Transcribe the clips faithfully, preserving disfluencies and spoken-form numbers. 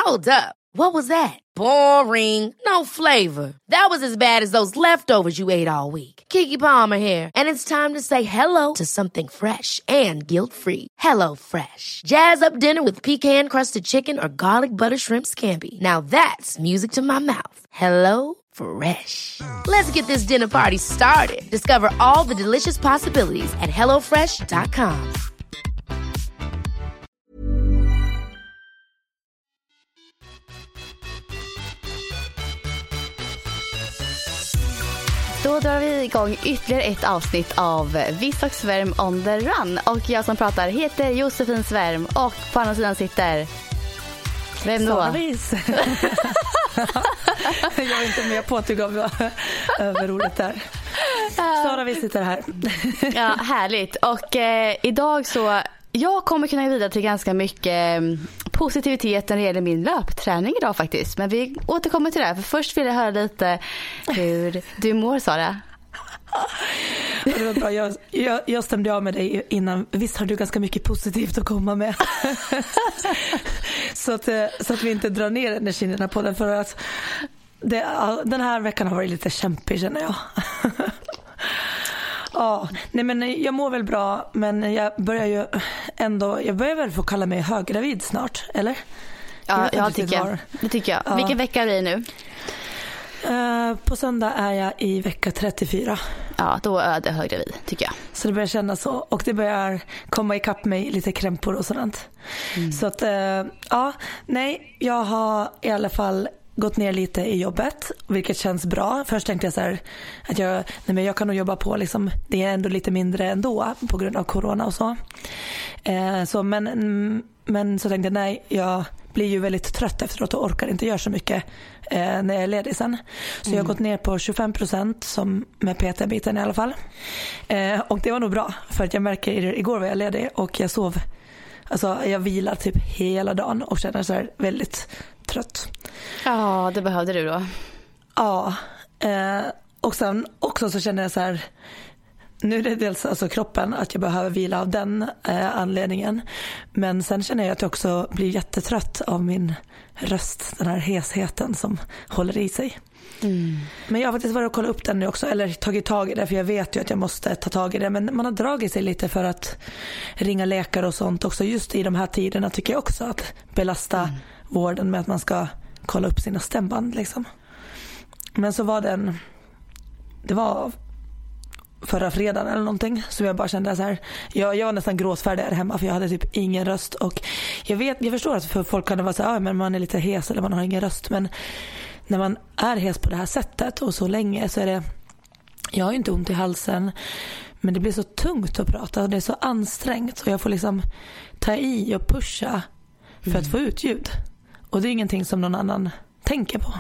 Hold up. What was that? Boring. No flavor. That was as bad as those leftovers you ate all week. Keke Palmer here. And it's time to say hello to something fresh and guilt-free. Hello Fresh. Jazz up dinner with pecan-crusted chicken or garlic butter shrimp scampi. Now that's music to my mouth. Hello Fresh. Let's get this dinner party started. Discover all the delicious possibilities at hello fresh dot com. Då drar vi igång ytterligare ett avsnitt av Viss och Svärm on the run. Och jag som pratar heter Josefin Svärm och på andra sidan sitter... Vem då? Sara Wies. Jag är inte med på att du gav över ordet där. Sara Wies sitter här. Ja, härligt. Och eh, idag så... Jag kommer kunna vidare till ganska mycket positivitet när det gäller min löpträning idag faktiskt. Men vi återkommer till det här. För först vill jag höra lite hur du mår, Sara. Det var bra. Jag, jag, jag stämde av med dig innan. Visst har du ganska mycket positivt att komma med. så, att, så att vi inte drar ner energierna på den. För att det, den här veckan har varit lite kämpig, känner jag. Ja, nej men jag mår väl bra, men jag börjar ju ändå, jag börjar väl få kalla mig höggravid snart, eller? Ja, jag, jag tycker jag. Det tycker jag. Ja. Vilken vecka är vi nu? Uh, på söndag är jag i vecka trettiofyra. Ja, då är det höggravid, tycker jag. Så det börjar kännas så, och det börjar komma ikapp mig lite krämpor och sådant. Mm. Så att, uh, ja, nej, jag har i alla fall gått ner lite i jobbet, vilket känns bra. Först tänkte jag så här att jag, nej men jag kan nog jobba på liksom, det är ändå lite mindre ändå på grund av corona och så. Eh, så men, men så tänkte jag nej, jag blir ju väldigt trött efteråt och orkar inte göra så mycket eh, när jag är ledig sen. Så mm. jag har gått ner på tjugofem procent som med P T-biten i alla fall. Eh, och det var nog bra, för att jag märker igår var jag ledig och jag sov. Alltså jag vilar typ hela dagen och känner så här väldigt trött. Ja, det behövde du då. Ja, eh, och sen också så känner jag så här, nu är det dels alltså kroppen att jag behöver vila av den eh, anledningen. Men sen känner jag att jag också blir jättetrött av min röst, den här hesheten som håller i sig. Mm. Men jag har faktiskt varit och kollat upp den nu också, eller tagit tag i det, för jag vet ju att jag måste ta tag i det, men man har dragit sig lite för att ringa läkare och sånt också just i de här tiderna, tycker jag också, att belasta mm. vården med att man ska kolla upp sina stämband liksom. Men så var den, det var förra fredagen eller någonting, så jag bara kände så här, jag, jag var nästan gråtfärdig här hemma, för jag hade typ ingen röst, och jag vet, jag förstår att för folk kan det vara så här, ja, men man är lite hes eller man har ingen röst, men när man är hes på det här sättet och så länge, så är det, jag har ju inte ont i halsen, men det blir så tungt att prata och det är så ansträngt, och jag får liksom ta i och pusha för mm. att få ut ljud, och det är ingenting som någon annan tänker på.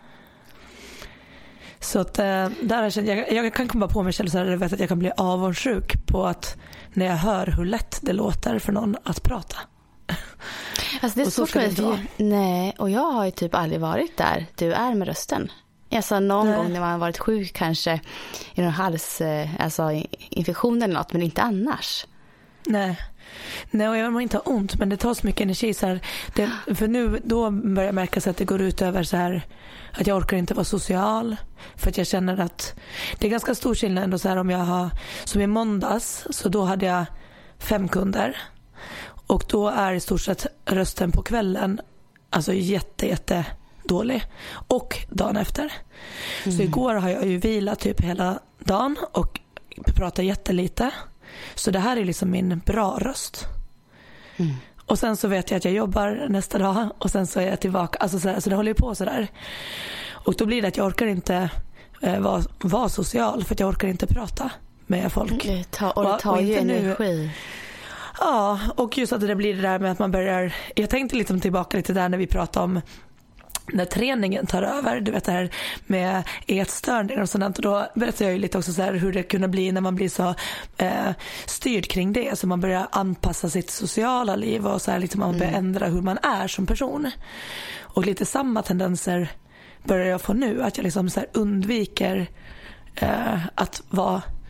Så att där jag, jag kan komma på mig själv så här, jag vet att jag kan bli avundsjuk på att när jag hör hur lätt det låter för någon att prata. Alltså det är så svårt för nej, och jag har ju typ aldrig varit där du är med rösten. Alltså någon nej. gång när man har varit sjuk kanske i någon hals, alltså infektion eller något, men inte annars. Nej. Nej, och jag har inte ont, men det tar så mycket energi så här, det, för nu då börjar jag märka så att det går ut över så här, att jag orkar inte vara social, för att jag känner att det är ganska stor skillnad ändå så här, om jag har, som i måndags, så då hade jag fem kunder, och då är i stort sett rösten på kvällen alltså jätte jätte dålig, och dagen efter. Mm. Så igår har jag ju vilat typ hela dagen och pratar jättelite. Så det här är liksom min bra röst. Mm. Och sen så vet jag att jag jobbar nästa dag, och sen så är jag tillbaka. Alltså så, där, så det håller ju på så där. Och då blir det att jag orkar inte eh, vara, vara social, för att jag orkar inte prata med folk. Det tar, och det tar och, och ju energi. Nu, ja, och just att det blir det där med att man börjar... Jag tänkte liksom tillbaka lite där när vi pratade om när träningen tar över, du vet det här med ätstörningar och sånt, och då berättar jag ju lite också så här hur det kunde bli när man blir så eh, styrd kring det, så man börjar anpassa sitt sociala liv och så här liksom, man börjar mm. ändra hur man är som person, och lite samma tendenser börjar jag få nu, att jag liksom så här undviker eh, att vara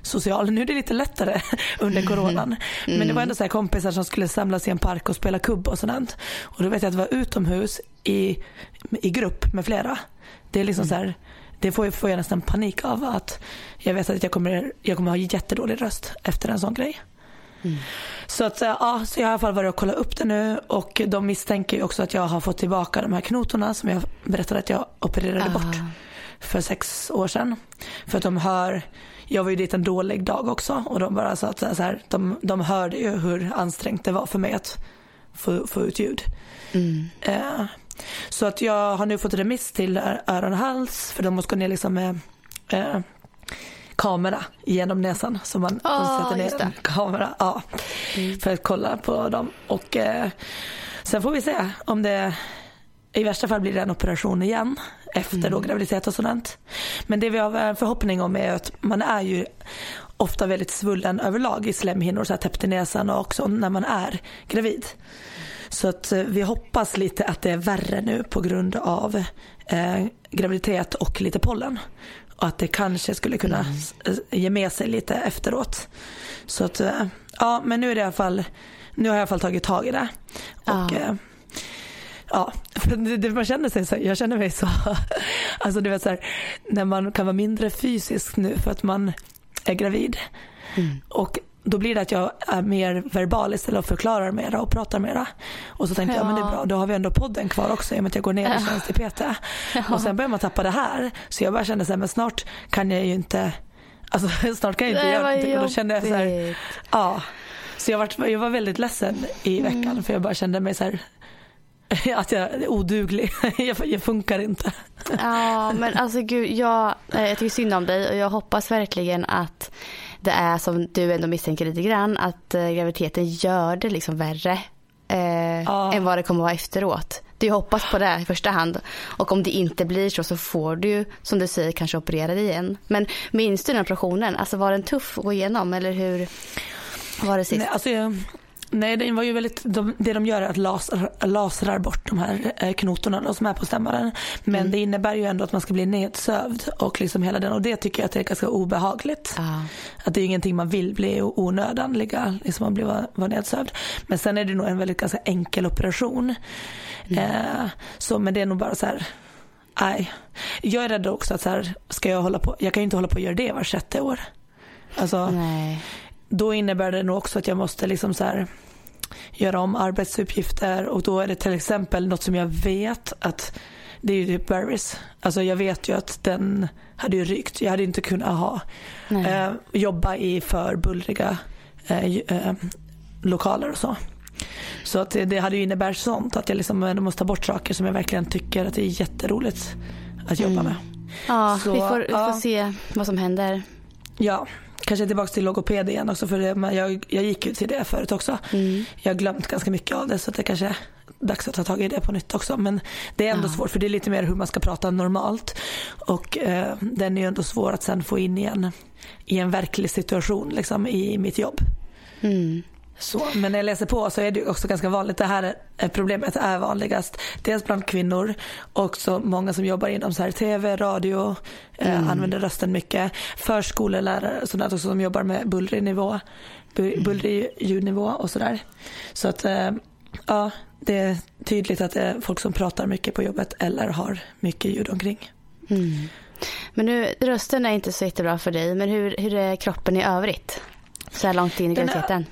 social. Nu är det lite lättare under coronan. Mm. Men det var ändå så här kompisar som skulle samlas i en park och spela kubb och sådant. Och då vet jag att det var utomhus i, i grupp med flera. Det är liksom mm. så här, det får jag, får jag nästan panik av att jag vet att jag kommer, jag kommer ha jättedålig röst efter en sån grej. Mm. Så att ja, så jag har i alla fall varit och kollat upp det nu och de misstänker ju också att jag har fått tillbaka de här knotorna som jag berättade att jag opererade ah. bort för sex år sedan. För att de hör, jag var ju dit en dålig dag också och de bara sa att så här, de, de hörde ju hur ansträngt det var för mig att få, få ut ljud. Mm. Eh, så att jag har nu fått remiss till öron och hals för de måste gå ner liksom med eh, kamera genom näsan så man oh, sätter ner en kamera ja, mm. för att kolla på dem och eh, sen får vi se om det i värsta fall blir det en operation igen efter mm. då graviditet och sådant. Men det vi har en förhoppning om är att man är ju ofta väldigt svullen överlag i slemhinnor så här täppt i näsan och också när man är gravid. Så att vi hoppas lite att det är värre nu på grund av eh, graviditet och lite pollen. Och att det kanske skulle kunna mm. ge med sig lite efteråt. Så att, ja, men nu är det i alla fall, nu har jag i alla fall tagit tag i det. Och ja, eh, ja det, det, man känner sig så, jag känner mig så, alltså du vet så här, när man kan vara mindre fysisk nu för att man är gravid. Mm. Och då blir det att jag är mer verbal istället och förklarar mera och pratar mera. Och så tänkte ja. jag, men det är bra, då har vi ändå podden kvar också i och med att jag går ner i tjänst i P T. Ja. Och sen börjar man tappa det här. Så jag bara kände så här, men snart kan jag ju inte, alltså snart kan jag inte göra det. Och då kände jag så här, ja. Så jag var, jag var väldigt ledsen i veckan mm. för jag bara kände mig så här, att jag är oduglig. jag, jag funkar inte. Ja, men alltså gud, jag, jag tycker synd om dig och jag hoppas verkligen att det är som du ändå misstänker lite grann att eh, graviditeten gör det liksom värre eh, ah. än vad det kommer att vara efteråt. Du hoppas på det i första hand och om det inte blir så så får du som du säger kanske operera dig igen. Men minns du den operationen? Alltså var den tuff att gå igenom eller hur var det sist? Nej, alltså jag... Nej, det var ju väldigt, de, det de gör är att laser, lasrar bort de här eh, knotorna då, som är på stämmaren. Men mm. det innebär ju ändå att man ska bli nedsövd och liksom hela den. Och det tycker jag att det är ganska obehagligt. Ah. Att det är ingenting man vill bli onödan, ligga, liksom man blir vara, vara nedsövd. Men sen är det nog en väldigt ganska enkel operation. Mm. Eh, så men det är nog bara så här, nej. Jag är rädd också att så här, ska jag hålla på, jag kan ju inte hålla på och göra det var sjätte år. Alltså... Nej. Då innebär det nog också att jag måste liksom så här göra om arbetsuppgifter och då är det till exempel något som jag vet att det är ju typ Barry's. Alltså jag vet ju att den hade ju rykt. Jag hade inte kunnat ha eh, jobba i för bullriga eh, eh, lokaler och så. Så att det, det hade ju innebär sånt att jag liksom måste ta bort saker som jag verkligen tycker att det är jätteroligt att jobba mm. med. Ja, så, vi får, vi får ja. se vad som händer. Ja. Kanske tillbaka till logoped igen också för det, men jag, jag gick ju till det förut också. Mm. Jag har glömt ganska mycket av det så att det kanske är dags att ta tag i det på nytt också. Men det är ändå ja. svårt för det är lite mer hur man ska prata normalt. Och eh, den är ju ändå svår att sen få in igen i en verklig situation liksom, i mitt jobb. Mm. Så, men när jag läser på så är det också ganska vanligt. Det här är, problemet är vanligast dels bland kvinnor och så många som jobbar inom så här tv, radio, mm. eh, använder rösten mycket. Förskolelärare sådant också som jobbar med bullrig nivå, bullrig ljudnivå och sådär. Så att eh, ja, det är tydligt att det är folk som pratar mycket på jobbet eller har mycket ljud omkring. Mm. Men nu, rösten är inte så jättebra för dig, men hur, hur är kroppen i övrigt? Så här långt in i graviditeten?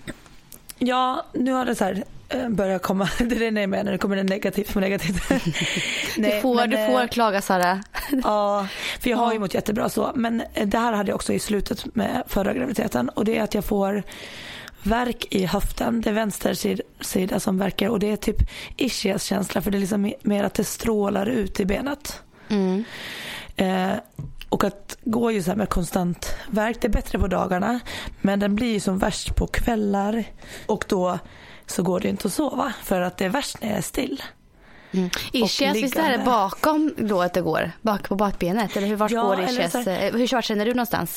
Ja, nu har det så här börjat komma, det är det med när det kommer det negativt med negativt. Nej, du får, men, du får klaga, Sara. Ja, för jag har ju mått jättebra så. Men det här hade jag också i slutet med förra graviditeten och det är att jag får värk i höften, det är vänster sida som verkar och det är typ ischias-känsla för det är liksom mer att det strålar ut i benet. Mm. Eh, och att gå ju så här med konstant värk, det är bättre på dagarna men den blir ju som värst på kvällar och då så går det inte att sova för att det är värst när jag är still. Mm. Ischias, visst är det bakom då att det går? Bak på bakbenet? Eller hur vart ja, går ischias? Hur svart känner du någonstans?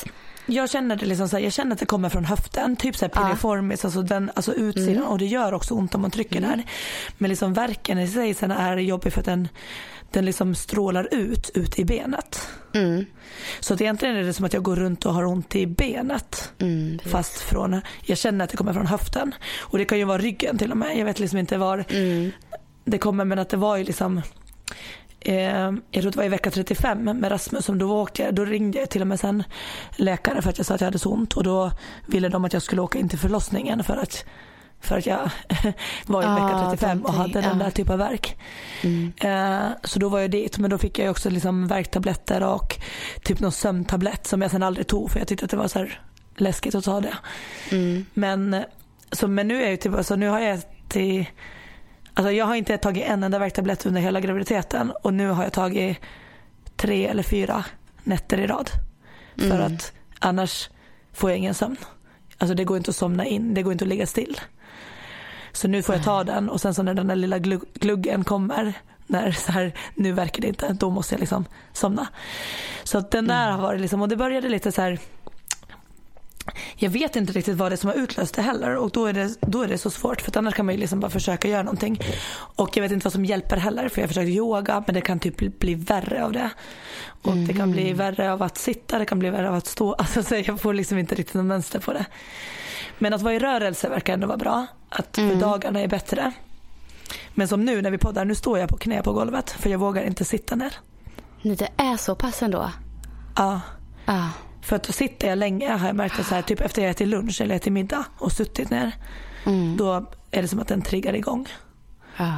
jag känner det liksom så här, jag känner att det kommer från höften, typ så här piriformis, ja. alltså den alltså utsidan, mm. och det gör också ont om man trycker mm. där. Men liksom värken i sig sen är jobbig för att den den liksom strålar ut ut i benet. Mm. Så att egentligen är det som att jag går runt och har ont i benet. Mm, fast från, jag känner att det kommer från höften. Och det kan ju vara ryggen till och med. Jag vet liksom inte var mm. det kommer, men att det var ju liksom eh, jag tror det var i vecka trettiofem med Rasmus som då åkte jag, då ringde jag till och med sen läkare för att jag sa att jag hade så ont, och då ville de att jag skulle åka in till förlossningen för att för att jag var i vecka trettiofem och hade den där typen av värk. Mm. Eh, så då var jag dit, men då fick jag också liksom värktabletter och typ någon sömntablett som jag sen aldrig tog för jag tyckte att det var så här läskigt att ta det. Mm. Men så men nu är jag typ alltså nu har jag till, alltså jag har inte tagit en enda värktablett under hela graviditeten, och nu har jag tagit tre eller fyra nätter i rad. Mm. För att annars får jag ingen sömn. Alltså det går inte att somna in, det går inte att ligga still. Så nu får jag ta den, och sen så när den där lilla gluggen kommer, när så här, nu verkar det inte, då måste jag liksom somna. Så att den där har varit liksom, och det började lite så här, jag vet inte riktigt vad det är som har utlöst det heller, och då är det, då är det så svårt, för att annars kan man ju liksom bara försöka göra någonting, och jag vet inte vad som hjälper heller, för jag försöker yoga, men det kan typ bli, bli värre av det, och mm. det kan bli värre av att sitta, det kan bli värre av att stå, alltså så jag får liksom inte riktigt någon mönster på det. Men att vara i rörelse verkar ändå vara bra, att mm. för dagarna är bättre. Men som nu när vi poddar, nu står jag på knä på golvet, för jag vågar inte sitta ner. Det är så pass ändå. Ja. Ja. För att då sitter jag länge, har jag märkt att så här, typ efter jag ätit lunch eller ätit middag och suttit ner, mm. då är det som att den triggar igång. Ja.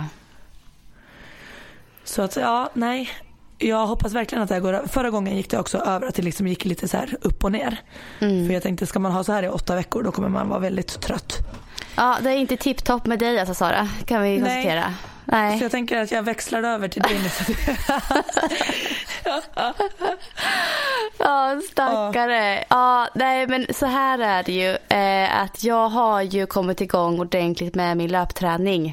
Så att ja, nej. Jag hoppas verkligen att det går. Förra gången gick det också över att det liksom gick lite så här upp och ner. Mm. För jag tänkte, ska man ha så här i åtta veckor, då kommer man vara väldigt trött. Ja, det är inte tipptopp med dig alltså, Sara, kan vi konstatera. Nej. Nej. Så jag tänker att jag växlar över till dig nu. Ja, stackare. Ja, nej, men så här är det ju. Eh, att jag har ju kommit igång ordentligt med min löpträning.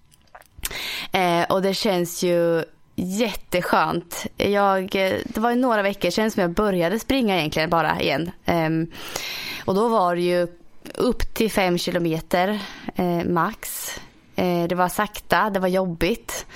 Eh, och det känns ju jätteskönt. Jag, det var ju några veckor sedan som jag började springa egentligen bara igen. Eh, och då var det ju upp till fem kilometer eh, max. Eh, det var sakta, det var jobbigt.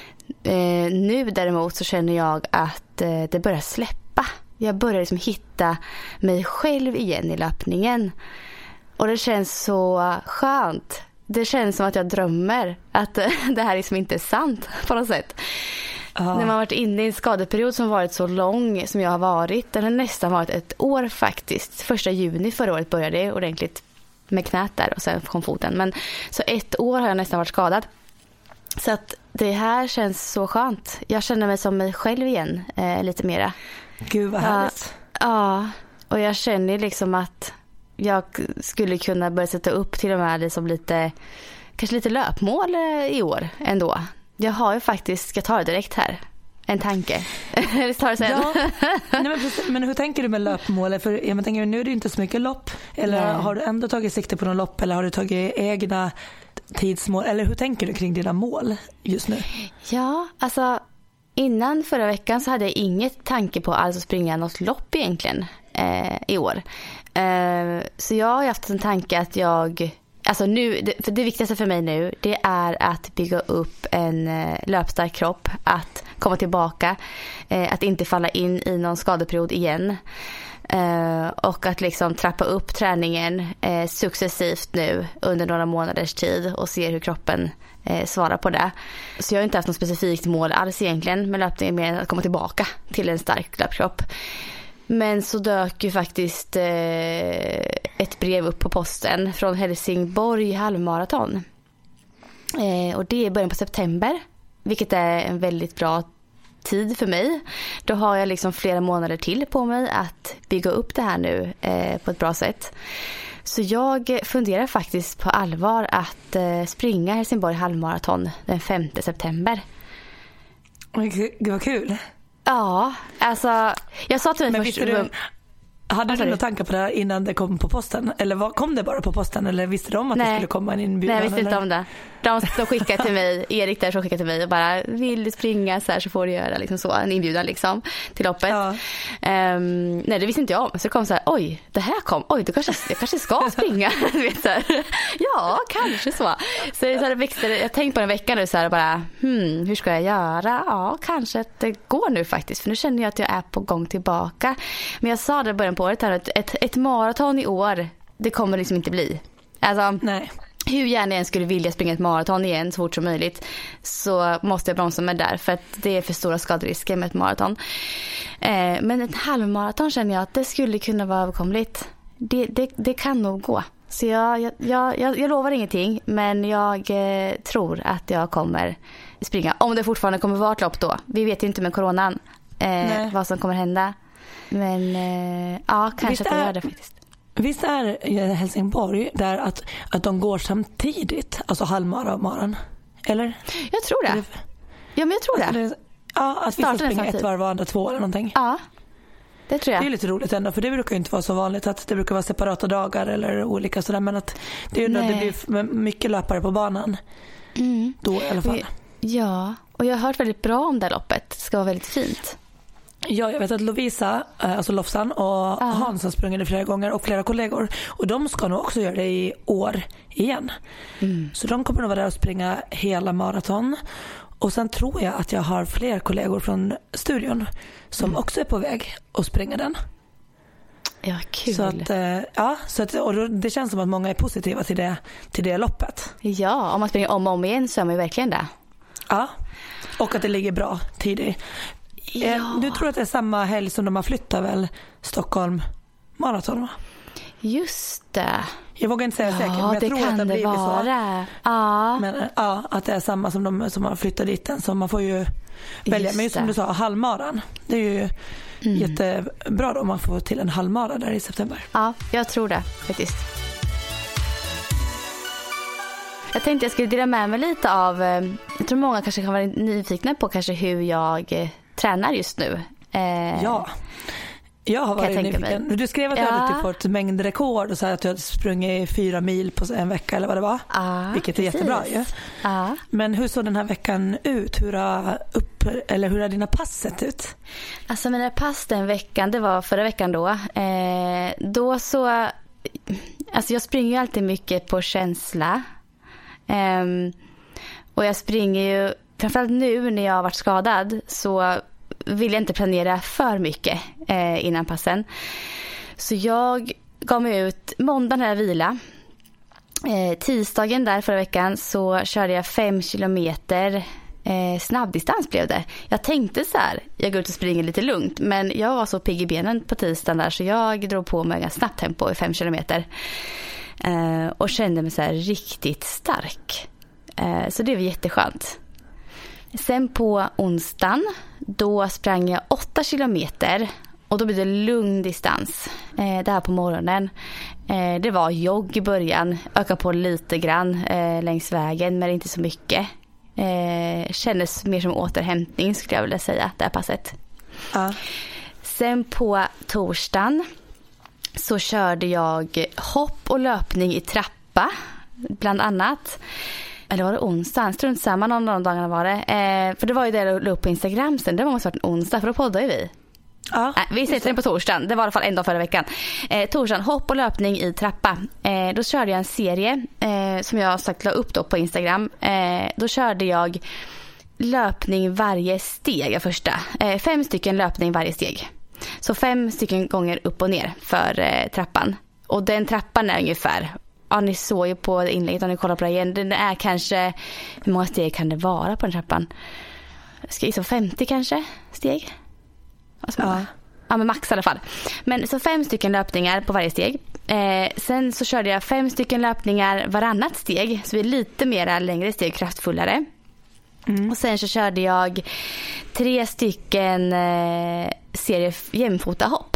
Eh, nu däremot så känner jag att eh, det börjar släppa. Jag börjar liksom hitta mig själv igen i löpningen. Och det känns så skönt. Det känns som att jag drömmer. Att eh, det här liksom inte är sant på något sätt. Uh. När man varit inne i en skadeperiod som varit så lång som jag har varit. Den har nästan varit ett år faktiskt. Första juni förra året började det ordentligt med knät där och sen kom foten. Men så ett år har jag nästan varit skadad. Så att det här känns så skönt. Jag känner mig som mig själv igen eh, lite mera. Gud vad härligt. Ja, ja, och jag känner liksom att jag skulle kunna börja sätta upp till och med liksom lite, kanske lite löpmål i år ändå. Jag har ju faktiskt, ska jag ta det direkt här, en tanke. Eller tar det sen. Ja. Nej, men, precis, men hur tänker du med löpmål? För jag tänker, nu är det ju inte så mycket lopp. Eller Nej. Har du ändå tagit sikte på någon lopp? Eller har du tagit egna tidsmål? Eller hur tänker du kring dina mål just nu? Ja, alltså innan förra veckan så hade jag inget tanke på alltså springa något lopp egentligen eh, i år. Eh, så jag har haft en tanke att jag, alltså nu, det, för det viktigaste för mig nu, det är att bygga upp en eh, löpstark kropp, att komma tillbaka, eh, att inte falla in i någon skadeperiod igen. Uh, och att liksom trappa upp träningen uh, successivt nu under några månaders tid och se hur kroppen uh, svarar på det. Så jag har inte haft något specifikt mål alls egentligen med löpningen, mer än att komma tillbaka till en stark löpkropp. Men så dök ju faktiskt uh, ett brev upp på posten från Helsingborg halvmaraton. Uh, och det är början på september, vilket är en väldigt bra tid för mig. Då har jag liksom flera månader till på mig att bygga upp det här nu eh, på ett bra sätt. Så jag funderar faktiskt på allvar att eh, springa Helsingborg halvmaraton den femte september. Gud vad kul. Ja, alltså jag sa till mig Men först... visste du, Hade du några tankar på det här innan det kom på posten? Eller var, kom det bara på posten? Eller visste de att Nej. det skulle komma en inbjudan? Nej, jag visste eller? inte om det. De, de skickade till mig, Erik där som skickade till mig och bara, vill du springa så här så får du göra liksom så, en inbjudan liksom till loppet. Ja. Um, nej, det visste inte jag om. Så det kom så här, oj, det här kom, oj, du kanske, jag kanske ska springa. vet så här. Ja, kanske så. Så det, så här, det växte, jag tänkte på en vecka nu så här bara, hmm, hur ska jag göra? Ja, kanske att det går nu faktiskt. För nu känner jag att jag är på gång tillbaka. Men jag sa det i början på året här, att ett, ett maraton i år, det kommer liksom inte bli. Alltså, nej. Hur gärna jag skulle vilja springa ett maraton igen så fort som möjligt, så måste jag bromsa mig där, för att det är för stora skaderisker med ett maraton. Eh, men ett halvmaraton känner jag att det skulle kunna vara överkomligt. Det, det, det kan nog gå. Så jag, jag, jag, jag lovar ingenting, men jag eh, tror att jag kommer springa. Om det fortfarande kommer vara ett lopp då. Vi vet ju inte med coronan eh, vad som kommer hända. Men eh, ja, kanske Visst att jag är... gör det faktiskt. Visst är Helsingborg där att, att de går samtidigt, alltså halvmara och maran, eller? Jag tror det. Ja, men jag tror alltså det. det. Ja, att vi ska springa ett varv och andra två eller någonting. Ja, det tror jag. Det är lite roligt ändå, för det brukar ju inte vara så vanligt att det brukar vara separata dagar eller olika sådär, men att det är ju när det blir mycket löpare på banan. Mm. Då i alla fall. Ja, och jag har hört väldigt bra om det loppet. Det ska vara väldigt fint. Ja, jag vet att Lovisa, alltså Lofsan och Aha. Hans har sprungit det flera gånger och flera kollegor. Och de ska nog också göra det i år igen. Mm. Så de kommer nog vara där och springa hela maraton. Och sen tror jag att jag har fler kollegor från studion som mm. också är på väg att springa den. Ja, kul. Så att, ja, så att, och det känns som att många är positiva till det, till det loppet. Ja, om man springer om och om igen så är man ju verkligen det. Ja, och att det ligger bra tidigt. Ja. Du tror att det är samma helg som de har flyttat väl Stockholm maraton, va? Just det. Jag vågar inte säga ja, säkert, men jag det tror kan att det, det blir vara. så. Ja. Men ja, att det är samma som de som har flyttat dit den, så man får ju välja. Just men just som du sa, halvmaran. Det är ju mm. jättebra då om man får till en halvmara där i september. Ja, jag tror det faktiskt. Jag tänkte jag skulle dela med mig lite av, jag tror många kanske kan vara nyfikna på kanske hur jag tränar just nu. Eh, ja, jag har varit jag nyfiken. Mig. Du skrev att ja. du hade typ fått mängdrekord och så att du hade sprungit fyra mil på en vecka eller vad det var. Ah, vilket precis. är jättebra ju. Ah. Men hur såg den här veckan ut? Hur har, upp, eller hur har dina pass sett ut? Alltså mina pass den veckan, det var förra veckan då. Eh, då så, alltså jag springer ju alltid mycket på känsla. Um, och jag springer ju, framförallt nu när jag har varit skadad, så vill jag inte planera för mycket eh, innan passen. Så jag gav mig ut måndagen här vila. Eh, tisdagen där förra veckan så körde jag fem kilometer eh, snabbdistans blev det. Jag tänkte så här, jag går ut och springer lite lugnt, men jag var så pigg i benen på tisdagen där så jag drog på mig en snabbt tempo i fem kilometer. Uh, och kände mig så här riktigt stark. Uh, så det var jätteskönt. Sen på onsdagen då sprang jag åtta kilometer och då blev det lugn distans. Uh, det här på morgonen. Uh, det var jogg i början. Öka på lite grann uh, längs vägen, men inte så mycket. Uh, kändes mer som återhämtning skulle jag vilja säga, det här passet. Uh. Sen på torsdagen så körde jag hopp och löpning i trappa bland annat. Eller var det onsdag? Strunt samma någon av de dagarna var det. Eh, för det var ju det jag la upp på Instagram sen. Det var måste varit en onsdag, för då poddade ju vi. Ja, Nej, vi sätter den på torsdagen. Det var i alla fall en dag förra veckan. Eh, torsdagen, hopp och löpning i trappa. Eh, då körde jag en serie eh, som jag sagt la upp då på Instagram. Eh, då körde jag löpning varje steg, jag första. Eh, fem stycken löpning varje steg. Så fem stycken gånger upp och ner för eh, trappan. Och den trappan är ungefär, ja ni såg ju på inlägget om ni kollar på det igen, den är kanske, hur många steg kan det vara på den trappan? Ska jag gissa femtio kanske steg? Alltså, ja. ja men max i alla fall. Men så fem stycken löpningar på varje steg. Eh, sen så körde jag fem stycken löpningar varannat steg, så det är lite mera längre steg, kraftfullare. Mm. Och sen så körde jag tre stycken eh, serie jämfota hopp.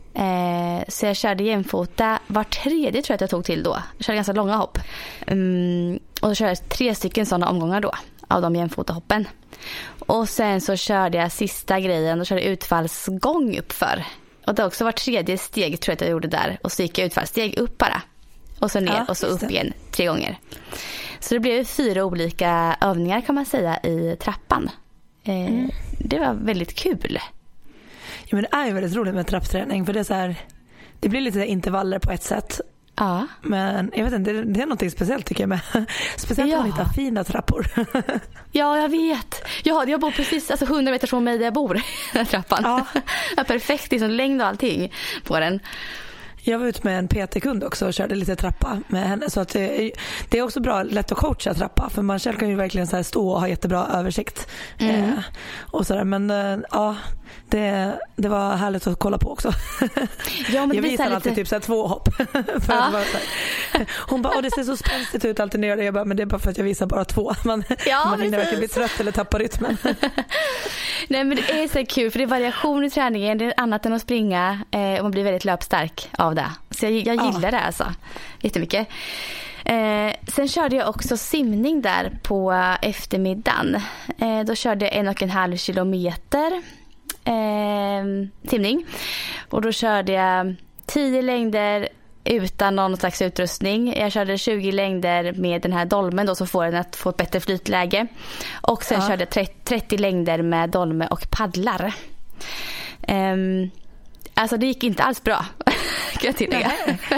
Eh, så jag körde jämfota var tredje tror jag att jag tog till då. Jag körde ganska långa hopp. Mm, och då körde jag tre stycken sådana omgångar då av de jämfota hoppen. Och sen så körde jag sista grejen, då körde jag utfallsgång uppför. Och det har också varit tredje steg tror jag att jag gjorde där. Och så gick jag utfallssteg upp bara. Och så ner ja, och så upp igen tre gånger. Så det blev fyra olika övningar kan man säga i trappan. Eh, mm. Det var väldigt kul. Ja, men det är ju väldigt roligt med trappträning. För det är så här, det blir lite intervaller på ett sätt. Ja. Men jag vet inte, det, det är något speciellt tycker jag med. Speciellt ja. Att man hittar fina trappor. Ja, jag vet. Jag, jag bor precis alltså, hundra meter från mig där jag bor. Den trappan. Ja. Ja, perfekt, det är som längd och allting på den. Jag var ute med en P T-kund också och körde lite trappa med henne. Så att det, det är också bra, lätt att coacha trappa. För man själv kan ju verkligen så här stå och ha jättebra översikt. Mm. Eh, och sådär. Men eh, ja, det, det var härligt att kolla på också. Ja, men jag visar lite... alltid typ så här två hopp. För ja. Att så här. Hon bara, åh det ser så spänstigt ut alltid när jag gör det. Jag bara, men det är bara för att jag visar bara två. Man, ja, man hinner verkligen bli trött eller tappa rytmen. Nej, men det är så kul för det är variation i träningen. Det är annat än att springa eh, och man blir väldigt löpstark av det. Så jag, jag gillar ja. det alltså jättemycket. Eh, sen körde jag också simning där på eftermiddagen. Eh, då körde jag en och en halv kilometer eh, simning. Och då körde jag tio längder utan någon slags utrustning. Jag körde tjugo längder med den här dolmen då, som får den att få ett bättre flytläge. Och sen ja. körde jag trettio längder med dolme och paddlar. Eh, Alltså det gick inte alls bra. Kan jag tillägga.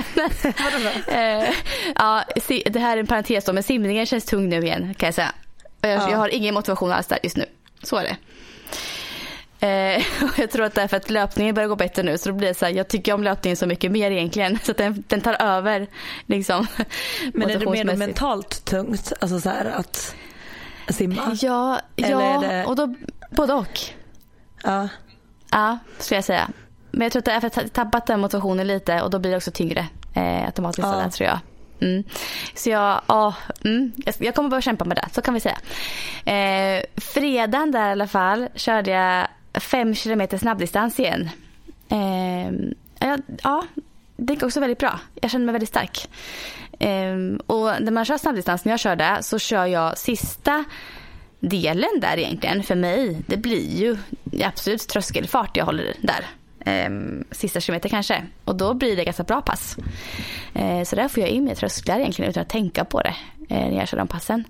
Ja, det här är en parentes då, men simningen känns tung nu igen kan jag säga. Jag, ja. jag har ingen motivation alls där just nu. Så är det. Eh, och jag tror att därför att löpningen börjar gå bättre nu, så då blir det så här, jag tycker om löpningen så mycket mer egentligen, så att den, den tar över liksom. Men är det mer mentalt tungt, alltså så här att simma? Ja, ja det... och då både och. Ja. Ja, ska jag säga. Men jag tror att jag har tappat den motivationen lite, och då blir det också tyngre eh, automatiskt ja. där, tror jag. Mm. Så jag, ja, mm, jag kommer bara kämpa med det, så kan vi säga. Eh, fredagen där i alla fall körde jag fem kilometer snabbdistans igen. Eh, ja, ja, det gick också väldigt bra. Jag kände mig väldigt stark. Eh, och när man kör snabbdistans, när jag kör det, så kör jag sista delen där egentligen för mig. Det blir ju absolut tröskelfart jag håller där. Eh, sista kilometer kanske, och då blir det ganska bra pass, eh, så där får jag in med trösklar egentligen utan att tänka på det eh, när jag kör de passen.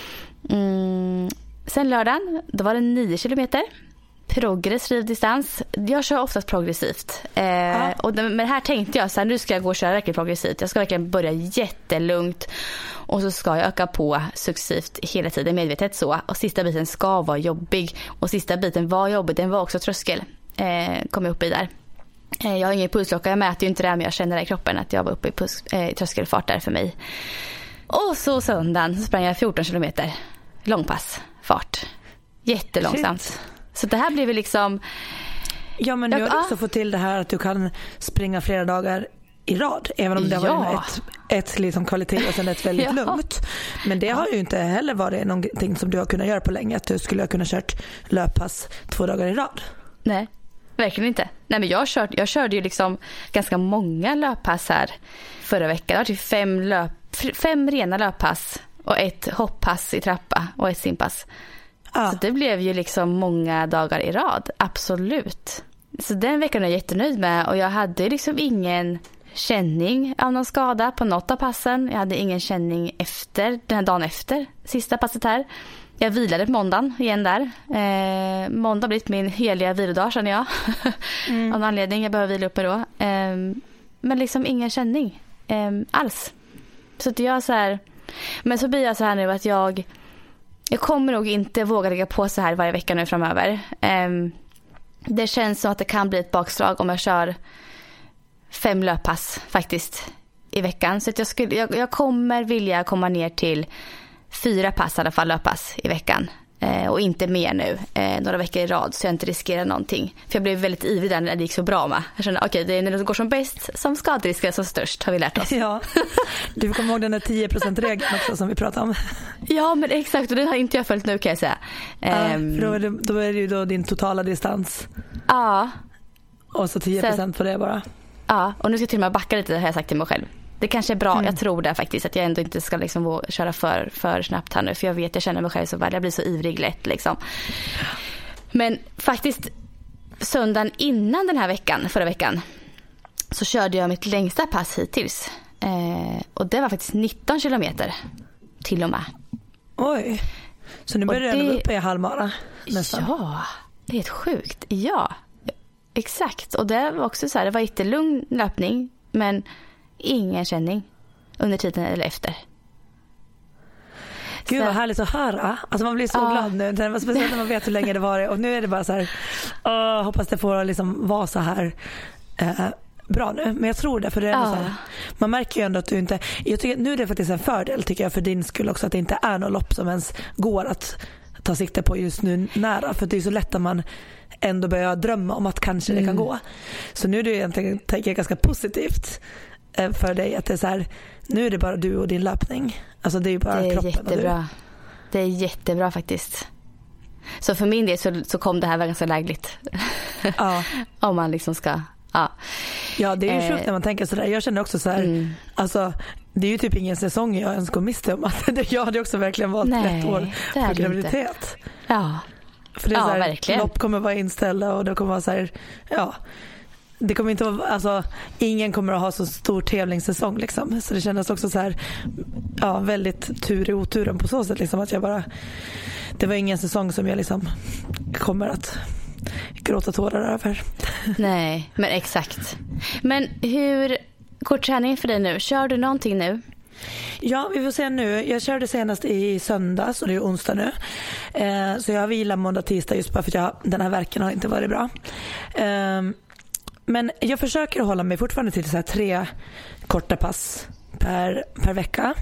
Mm. Sen lördagen, då var det nio kilometer progressiv distans. Jag kör oftast progressivt eh, ja. och det, men här tänkte jag så här, nu ska jag gå och köra verkligen progressivt. Jag ska verkligen börja jättelugnt, och så ska jag öka på successivt hela tiden, medvetet så, och sista biten ska vara jobbig, och sista biten var jobbig, den var också tröskel. Eh, kom jag upp i där. Eh, jag har ingen pulsklocka, jag mäter ju inte det, men jag känner det i kroppen att jag var uppe i puls, eh, tröskelfart där för mig. Och så söndagen så sprang jag fjorton kilometer långpass fart. Jättelångsamt. Shit. Så det här blir väl liksom... Ja, men du har också ah. fått till det här att du kan springa flera dagar i rad, även om det ja. var ett, ett liksom kvalitet och sen ett väldigt ja. lugnt. Men det har ju inte heller varit någonting som du har kunnat göra på länge, att du skulle ha kunnat kört löppass två dagar i rad. Nej, verkligen inte. Nej, men jag, kört, jag körde ju liksom ganska många löppass här förra veckan. Det var typ fem, löp, fem rena löppass och ett hopppass i trappa och ett simpass. Ja. Så det blev ju liksom många dagar i rad, absolut. Så den veckan är jag jättenöjd med, och jag hade liksom ingen känning av någon skada på något av passen. Jag hade ingen känning efter den här dagen efter sista passet här. Jag vilade på måndagen igen där. Eh, måndag har blivit min heliga vilodag, känner jag. Mm. Av någon anledning. Jag behöver vila uppe då. Eh, men liksom ingen känning eh, alls. Så att jag så här... Men så blir jag så här nu att jag... Jag kommer nog inte våga lägga på så här varje vecka nu framöver. Eh, det känns som att det kan bli ett bakslag om jag kör fem löppass faktiskt i veckan. Så att jag, skulle, jag, jag kommer vilja komma ner till fyra pass i alla fall, löppass i veckan. Eh, och inte mer nu, eh, några veckor i rad, så jag inte riskerar någonting. För jag blev väldigt ivrig där när det gick så bra med. Jag kände, okej, okay, det är när det går som bäst som skaderisken är som störst, har vi lärt oss. Ja, du kommer ihåg den där tio procent-regeln också som vi pratade om. Ja, men exakt, och det har inte jag följt nu, kan jag säga. Ja, um, då, är det, då är det ju då din totala distans. Ja. Och så tio procent på det bara. Ja, och nu ska jag till och med backa lite, har jag sagt till mig själv. Det kanske är bra, mm. jag tror det faktiskt, att jag ändå inte ska liksom köra för, för snabbt här nu, för jag vet, jag känner mig själv så väl, jag blir så ivrig lätt liksom. Men faktiskt söndagen innan den här veckan, förra veckan, så körde jag mitt längsta pass hittills. Eh, och det var faktiskt nitton kilometer till och med. Oj, så nu börjar du det... uppe i halvmara nästan. Ja, det är helt sjukt. Ja, exakt. Och det var också så här, det var jättelugn löpning, men ingen känning under tiden eller efter. Gud vad härligt att höra. Alltså man blir så ja. glad nu. Det var speciellt när man vet hur länge det var. Och nu är det bara så här, åh, hoppas det får liksom vara så här eh, bra nu. Men jag tror det, för det är ja. så här, man märker ju ändå att du inte, jag tycker, nu är det faktiskt en fördel tycker jag för din skull också, att det inte är något lopp som ens går att ta sikte på just nu nära. För det är så lätt att man ändå börjar drömma om att kanske mm. det kan gå. Så nu är det egentligen, tänker jag, ganska positivt för dig att det är så här, nu är det bara du och din löpning. Alltså det är ju bara det är kroppen jättebra. och du. Det är jättebra faktiskt. Så för min del så, så kom det här ganska lägligt. Ja. Om man liksom ska, ja. Ja, det är ju eh. sjukt när man tänker sådär. Jag känner också så här, mm. alltså det är ju typ ingen säsong jag ens går miste om. Jag hade också verkligen valt Nej, rätt år för graviditet. Inte. Ja. För det är ja, så här, verkligen. Lopp kommer vara inställda och det kommer vara så här, ja. Det kommer inte vara, alltså ingen kommer att ha så stor tävlingssäsong liksom. Så det kändes också så här, ja, väldigt tur i oturen på så sätt liksom, att jag bara, det var ingen säsong som jag liksom kommer att gråta tårar över. Nej, men exakt. Men hur går träningen för dig nu? Kör du någonting nu? Ja, vi får se nu. Jag körde senast i söndags och det är onsdag nu. Eh, så jag vilar måndag, tisdag just bara för att jag, den här värken har inte varit bra. Eh, men jag försöker hålla mig fortfarande till så här tre korta pass per, per vecka.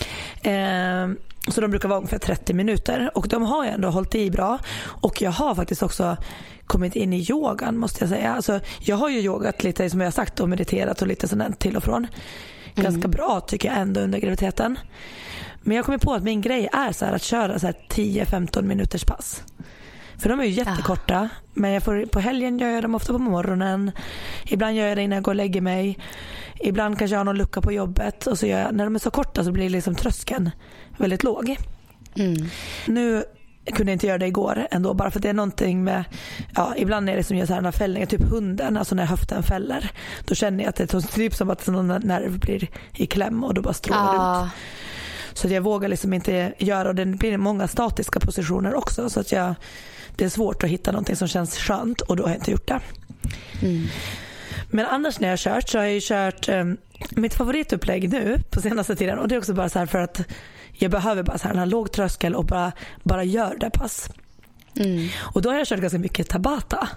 Eh, så de brukar vara ungefär trettio minuter. Och de har jag ändå hållit i bra. Och jag har faktiskt också kommit in i yogan, måste jag säga. Alltså, jag har ju yogat lite som jag har sagt och mediterat och lite sådant till och från. Ganska mm. bra tycker jag ändå under graviditeten. Men jag kommer på att min grej är så här att köra så här tio femton minuters pass. För de är ju jättekorta. Ja. Men jag får, på helgen gör jag dem ofta på morgonen. Ibland gör jag det innan jag går och lägger mig. Ibland kanske jag har någon lucka på jobbet. Och så gör jag, när de är så korta så blir liksom tröskeln väldigt låg. Mm. Nu kunde jag inte göra det igår ändå. Bara för att det är någonting med, ja, ibland är det som gör så här fällningar. Typ hunden, alltså när höften fäller. Då känner jag att det är typ som att någon nerv blir i kläm och då bara strålar ja. ut. Så jag vågar liksom inte göra, och det blir många statiska positioner också. Så att jag, det är svårt att hitta någonting som känns skönt, och då har jag inte gjort det. Mm. Men annars när jag har kört så har jag ju kört um, mitt favoritupplägg nu på senaste tiden. Och det är också bara så här för att jag behöver bara så här en låg tröskel och bara, bara gör det pass. Mm. Och då har jag kört ganska mycket Tabata.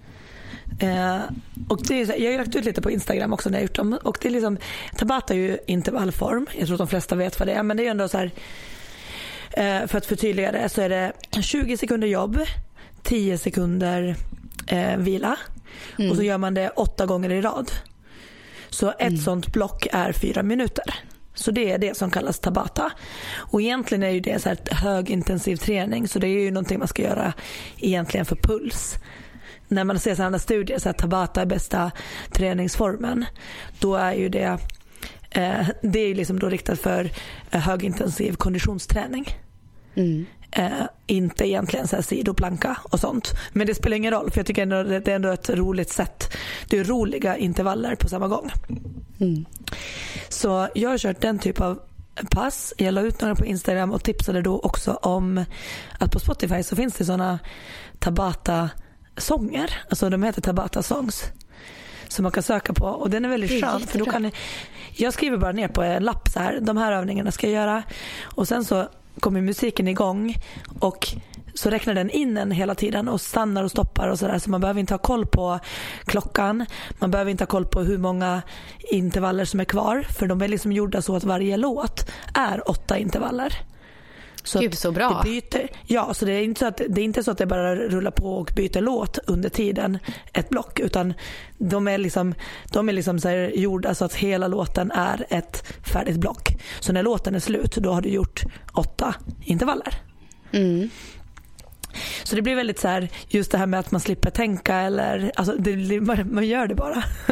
Eh, och det är så här, jag har lagt ut lite på Instagram också när jag gjort dem. Och det är liksom, Tabata är ju intervallform. Jag tror att de flesta vet vad det är. Men det är ändå så här, eh, för att förtydliga det så är det tjugo sekunder jobb, tio sekunder eh, vila. Mm. Och så gör man det åtta gånger i rad. Så ett mm. sånt block är fyra minuter. Så det är det som kallas Tabata. Och egentligen är ju det så här högintensiv träning. Så det är ju någonting man ska göra egentligen för puls. När man ser sådana studier så att Tabata är bästa träningsformen, då är ju det eh, det är liksom då riktat för eh, högintensiv konditionsträning. Mm. Eh, inte egentligen så här sidoplanka och sånt. Men det spelar ingen roll, för jag tycker ändå det är ändå ett roligt sätt. Det är roliga intervaller på samma gång. Mm. Så jag har kört den typ av pass. Jag la ut några på Instagram och tipsade då också om att på Spotify så finns det sådana Tabata sånger, alltså de heter Tabata songs, som man kan söka på, och den är väldigt skön, för då kan jag skriver bara ner på en lapp så här, de här övningarna ska jag göra, och sen så kommer musiken igång och så räknar den in en hela tiden och stannar och stoppar och sådär, så man behöver inte ha koll på klockan, man behöver inte ha koll på hur många intervaller som är kvar, för de är liksom gjorda så att varje låt är åtta intervaller. Så Gud, så bra. Det byter, ja, så det är inte så att det är inte så att det bara rullar på och byter låt under tiden ett block, utan de är liksom de är liksom så här gjorda så att hela låten är ett färdigt block. Så när låten är slut, då har du gjort åtta intervaller. Mm. Så det blir väldigt så här, just det här med att man slipper tänka, eller alltså det, man, man gör det bara.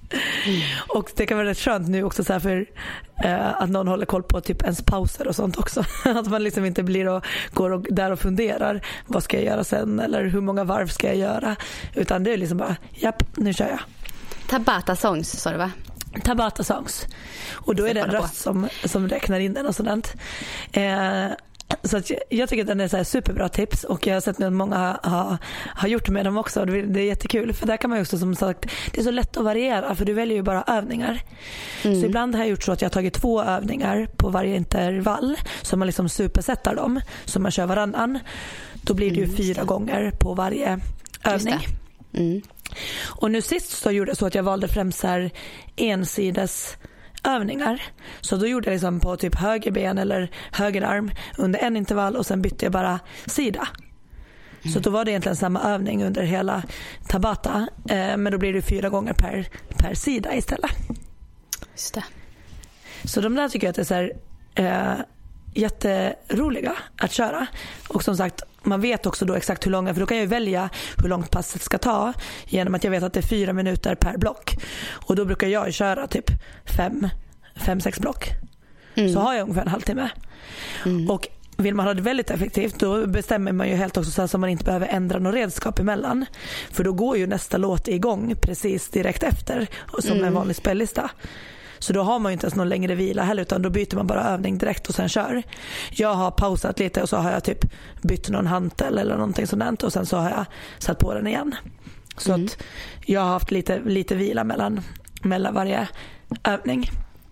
Mm. Och det kan vara rätt skönt nu också så här för eh, att någon håller koll på typ ens pauser och sånt också. Att man liksom inte blir och går och, där och funderar vad ska jag göra sen eller hur många varv ska jag göra, utan det är liksom bara japp, nu kör jag. Tabata songs sa du va? Tabata songs. Och då är det en röst som, som räknar in den och sådant. Eh, Så att jag, jag tycker att den är så här superbra tips, och jag har sett att många har, har, har gjort med dem också. Det, det är jättekul, för där kan man ju också, som sagt, det är så lätt att variera, för du väljer ju bara övningar. Mm. Så ibland har jag gjort så att jag har tagit två övningar på varje intervall, så man liksom supersättar dem, så man kör varannan. Då blir det ju mm, fyra det. gånger på varje övning. Mm. Och nu sist så gjorde jag så att jag valde främst så här ensides övningar. Så då gjorde jag liksom på typ höger ben eller höger arm under en intervall, och sen bytte jag bara sida. Mm. Så då var det egentligen samma övning under hela Tabata, eh, men då blir det fyra gånger per, per sida istället. Just det. Så de där tycker jag att det är så här, eh, jätteroliga att köra. Och som sagt, man vet också då exakt hur långa, för då kan jag ju välja hur långt passet ska ta genom att jag vet att det är fyra minuter per block. Och då brukar jag köra typ fem, fem sex block. Mm. Så har jag ungefär en halvtimme. Mm. Och vill man ha det väldigt effektivt, då bestämmer man ju helt också så att man inte behöver ändra något redskap emellan. För då går ju nästa låt igång precis direkt efter, som mm. en vanlig spellista. Så då har man ju inte ens någon längre vila heller, utan då byter man bara övning direkt och sen kör. Jag har pausat lite och så har jag typ bytt någon hantel eller någonting sådant, och sen så har jag satt på den igen. Så mm. att jag har haft lite, lite vila mellan, mellan varje övning.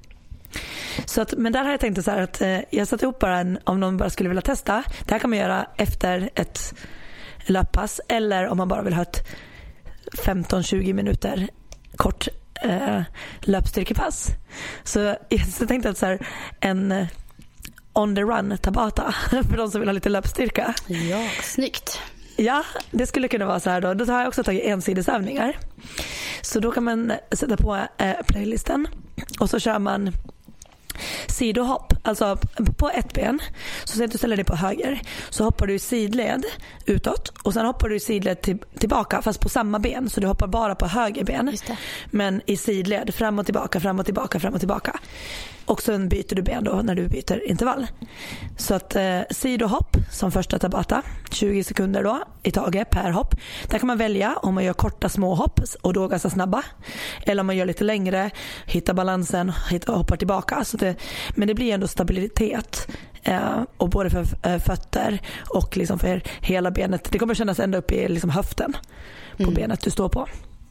Så att, men där har jag tänkt så här att eh, jag satt ihop bara en, om någon bara skulle vilja testa. Det här kan man göra efter ett löppass, eller om man bara vill ha ett femton tjugo minuter kort Eh, löpstyrkepass. Så jag tänkte att så här, en on the run Tabata för de som vill ha lite löpstyrka. Ja, snyggt. Ja, det skulle kunna vara så här då. Då har jag också tagit ensidesövningar. Så då kan man sätta på eh, playlisten, och så kör man sidohopp, alltså på ett ben. Så sen du ställer dig på höger, så hoppar du i sidled utåt, och sen hoppar du i sidled till, tillbaka, fast på samma ben. Så du hoppar bara på höger ben, men i sidled fram och tillbaka, fram och tillbaka, fram och tillbaka. Och sen byter du ben då när du byter intervall. Så att eh, sidohopp som första Tabata, tjugo sekunder då i taget per hopp. Där kan man välja om man gör korta små hopp och då ganska snabba, eller om man gör lite längre, hittar balansen och hoppar tillbaka. Så det, men det blir ändå stabilitet, eh, och både för eh, fötter och liksom för hela benet. Det kommer kännas ända upp i liksom höften på mm. benet du står på.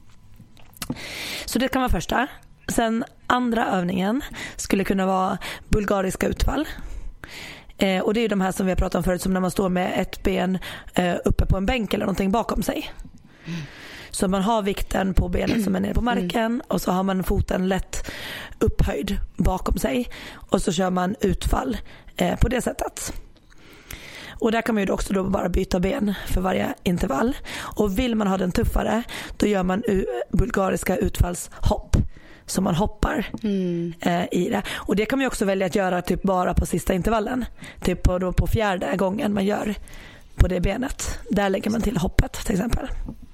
Så det kan vara första. Sen andra övningen skulle kunna vara bulgariska utfall. Eh, och det är de här som vi har pratat om förut, som när man står med ett ben eh, uppe på en bänk eller någonting bakom sig. Mm. Så man har vikten på benet som är nere på marken, mm. och så har man foten lätt upphöjd bakom sig, och så kör man utfall eh, på det sättet. Och där kan man ju också då bara byta ben för varje intervall. Och vill man ha den tuffare, då gör man u- bulgariska utfallshopp. Så man hoppar mm. eh, i det. Och det kan man ju också välja att göra typ bara på sista intervallen. Typ på, då på fjärde gången man gör på det benet. Där lägger man till hoppet till exempel.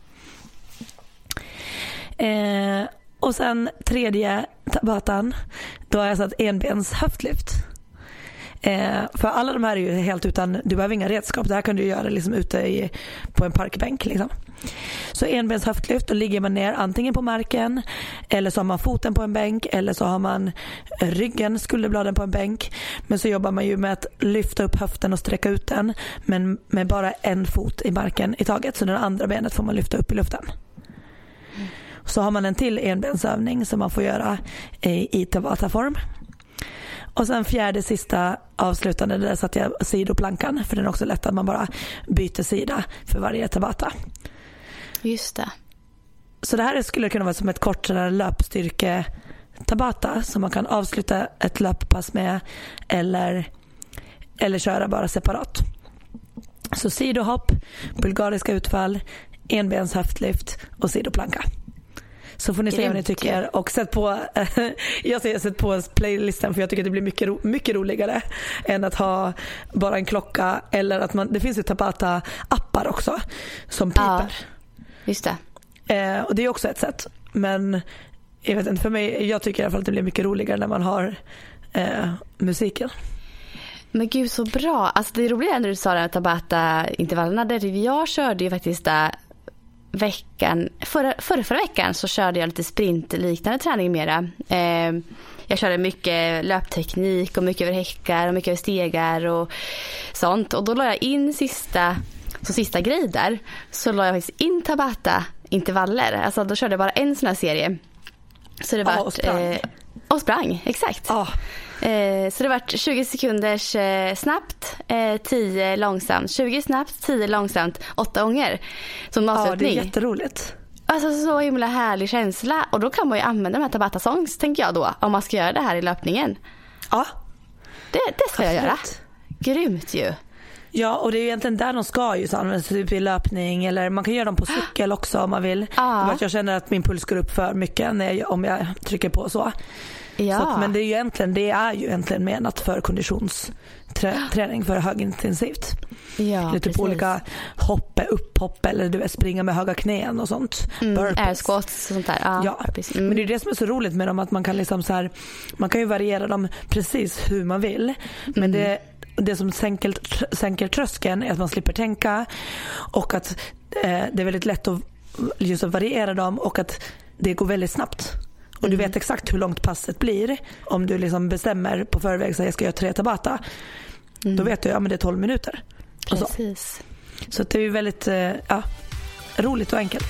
Eh, och sen tredje Tabatan, då har jag satt enbens höftlyft. Eh, för alla de här är ju helt utan, du behöver inga redskap. Det här kan du göra liksom ute i, på en parkbänk liksom. Så enbens höftlyft, då ligger man ner antingen på marken, eller så har man foten på en bänk, eller så har man ryggen, skulderbladen på en bänk. Men så jobbar man ju med att lyfta upp höften och sträcka ut den, men med bara en fot i marken i taget. Så det andra benet får man lyfta upp i luften. Så har man en till enbensövning som man får göra i, i Tabata-form. Och sen fjärde sista avslutande, där satt jag sidoplankan, för den är också lätt att man bara byter sida för varje Tabata. Just det. Så det här skulle kunna vara som ett kort löpstyrke Tabata som man kan avsluta ett löppass med, eller, eller köra bara separat. Så sidohopp, bulgariska utfall, enbens höftlyft och sidoplanka. Så får ni se vad ni tycker, och sätt på jag säger sätt på playlistan, för jag tycker det blir mycket, ro, mycket roligare än att ha bara en klocka, eller att man, det finns ju Tabata appar också som piper. Ja, just det. Eh, och det är också ett sätt, men jag vet inte, för mig, jag tycker i alla fall att det blir mycket roligare när man har eh, musiken. Men gud, så bra. Alltså det roliga är när du sa det, Tabata-intervallerna. Där jag körde ju faktiskt där veckan, förra, förra, förra veckan så körde jag lite sprintliknande träning mera. Eh, jag körde mycket löpteknik och mycket över häckar och mycket över stegar och sånt. Och då la jag in sista, så sista grej där, så la jag faktiskt in Tabata-intervaller. Alltså då körde jag bara en sån här serie. Så det var... Ja, och sprang. Eh, och sprang, exakt. Ja. Eh, så det var tjugo sekunders eh, snabbt, eh, tio långsamt, tjugo snabbt, tio långsamt, åtta gånger som avslutning. Ja, det är jätteroligt. Alltså så himla härlig känsla. Och då kan man ju använda de här Tabata songs, tänker jag då, om man ska göra det här i löpningen. Ja. Det, det ska jag göra. Absolut. Grymt ju. Ja, och det är ju egentligen där de ska ju användas, typ i löpning, eller man kan göra dem på cykel också om man vill. Ja. För att jag känner att min puls går upp för mycket när jag, om jag trycker på så. Ja. Så att, men det är ju egentligen, det är ju egentligen menat för konditionsträning, för högintensivt. Ja, eller typ precis. olika hopp, upphopp, eller du vet, springa med höga knän och sånt. Mm, air squats och sånt där. Ja, ja. Mm. Men det är det som är så roligt med dem, att man kan liksom så här, man kan ju variera dem precis hur man vill. Men mm. det det som sänker, sänker tröskeln är att man slipper tänka, och att eh, det är väldigt lätt att just att variera dem, och att det går väldigt snabbt. Och du vet exakt hur långt passet blir om du liksom bestämmer på förväg att jag ska göra tre Tabata. Mm. Då vet du, ja, men det är tolv minuter. Precis. Så, så det är ju väldigt eh, ja, roligt och enkelt.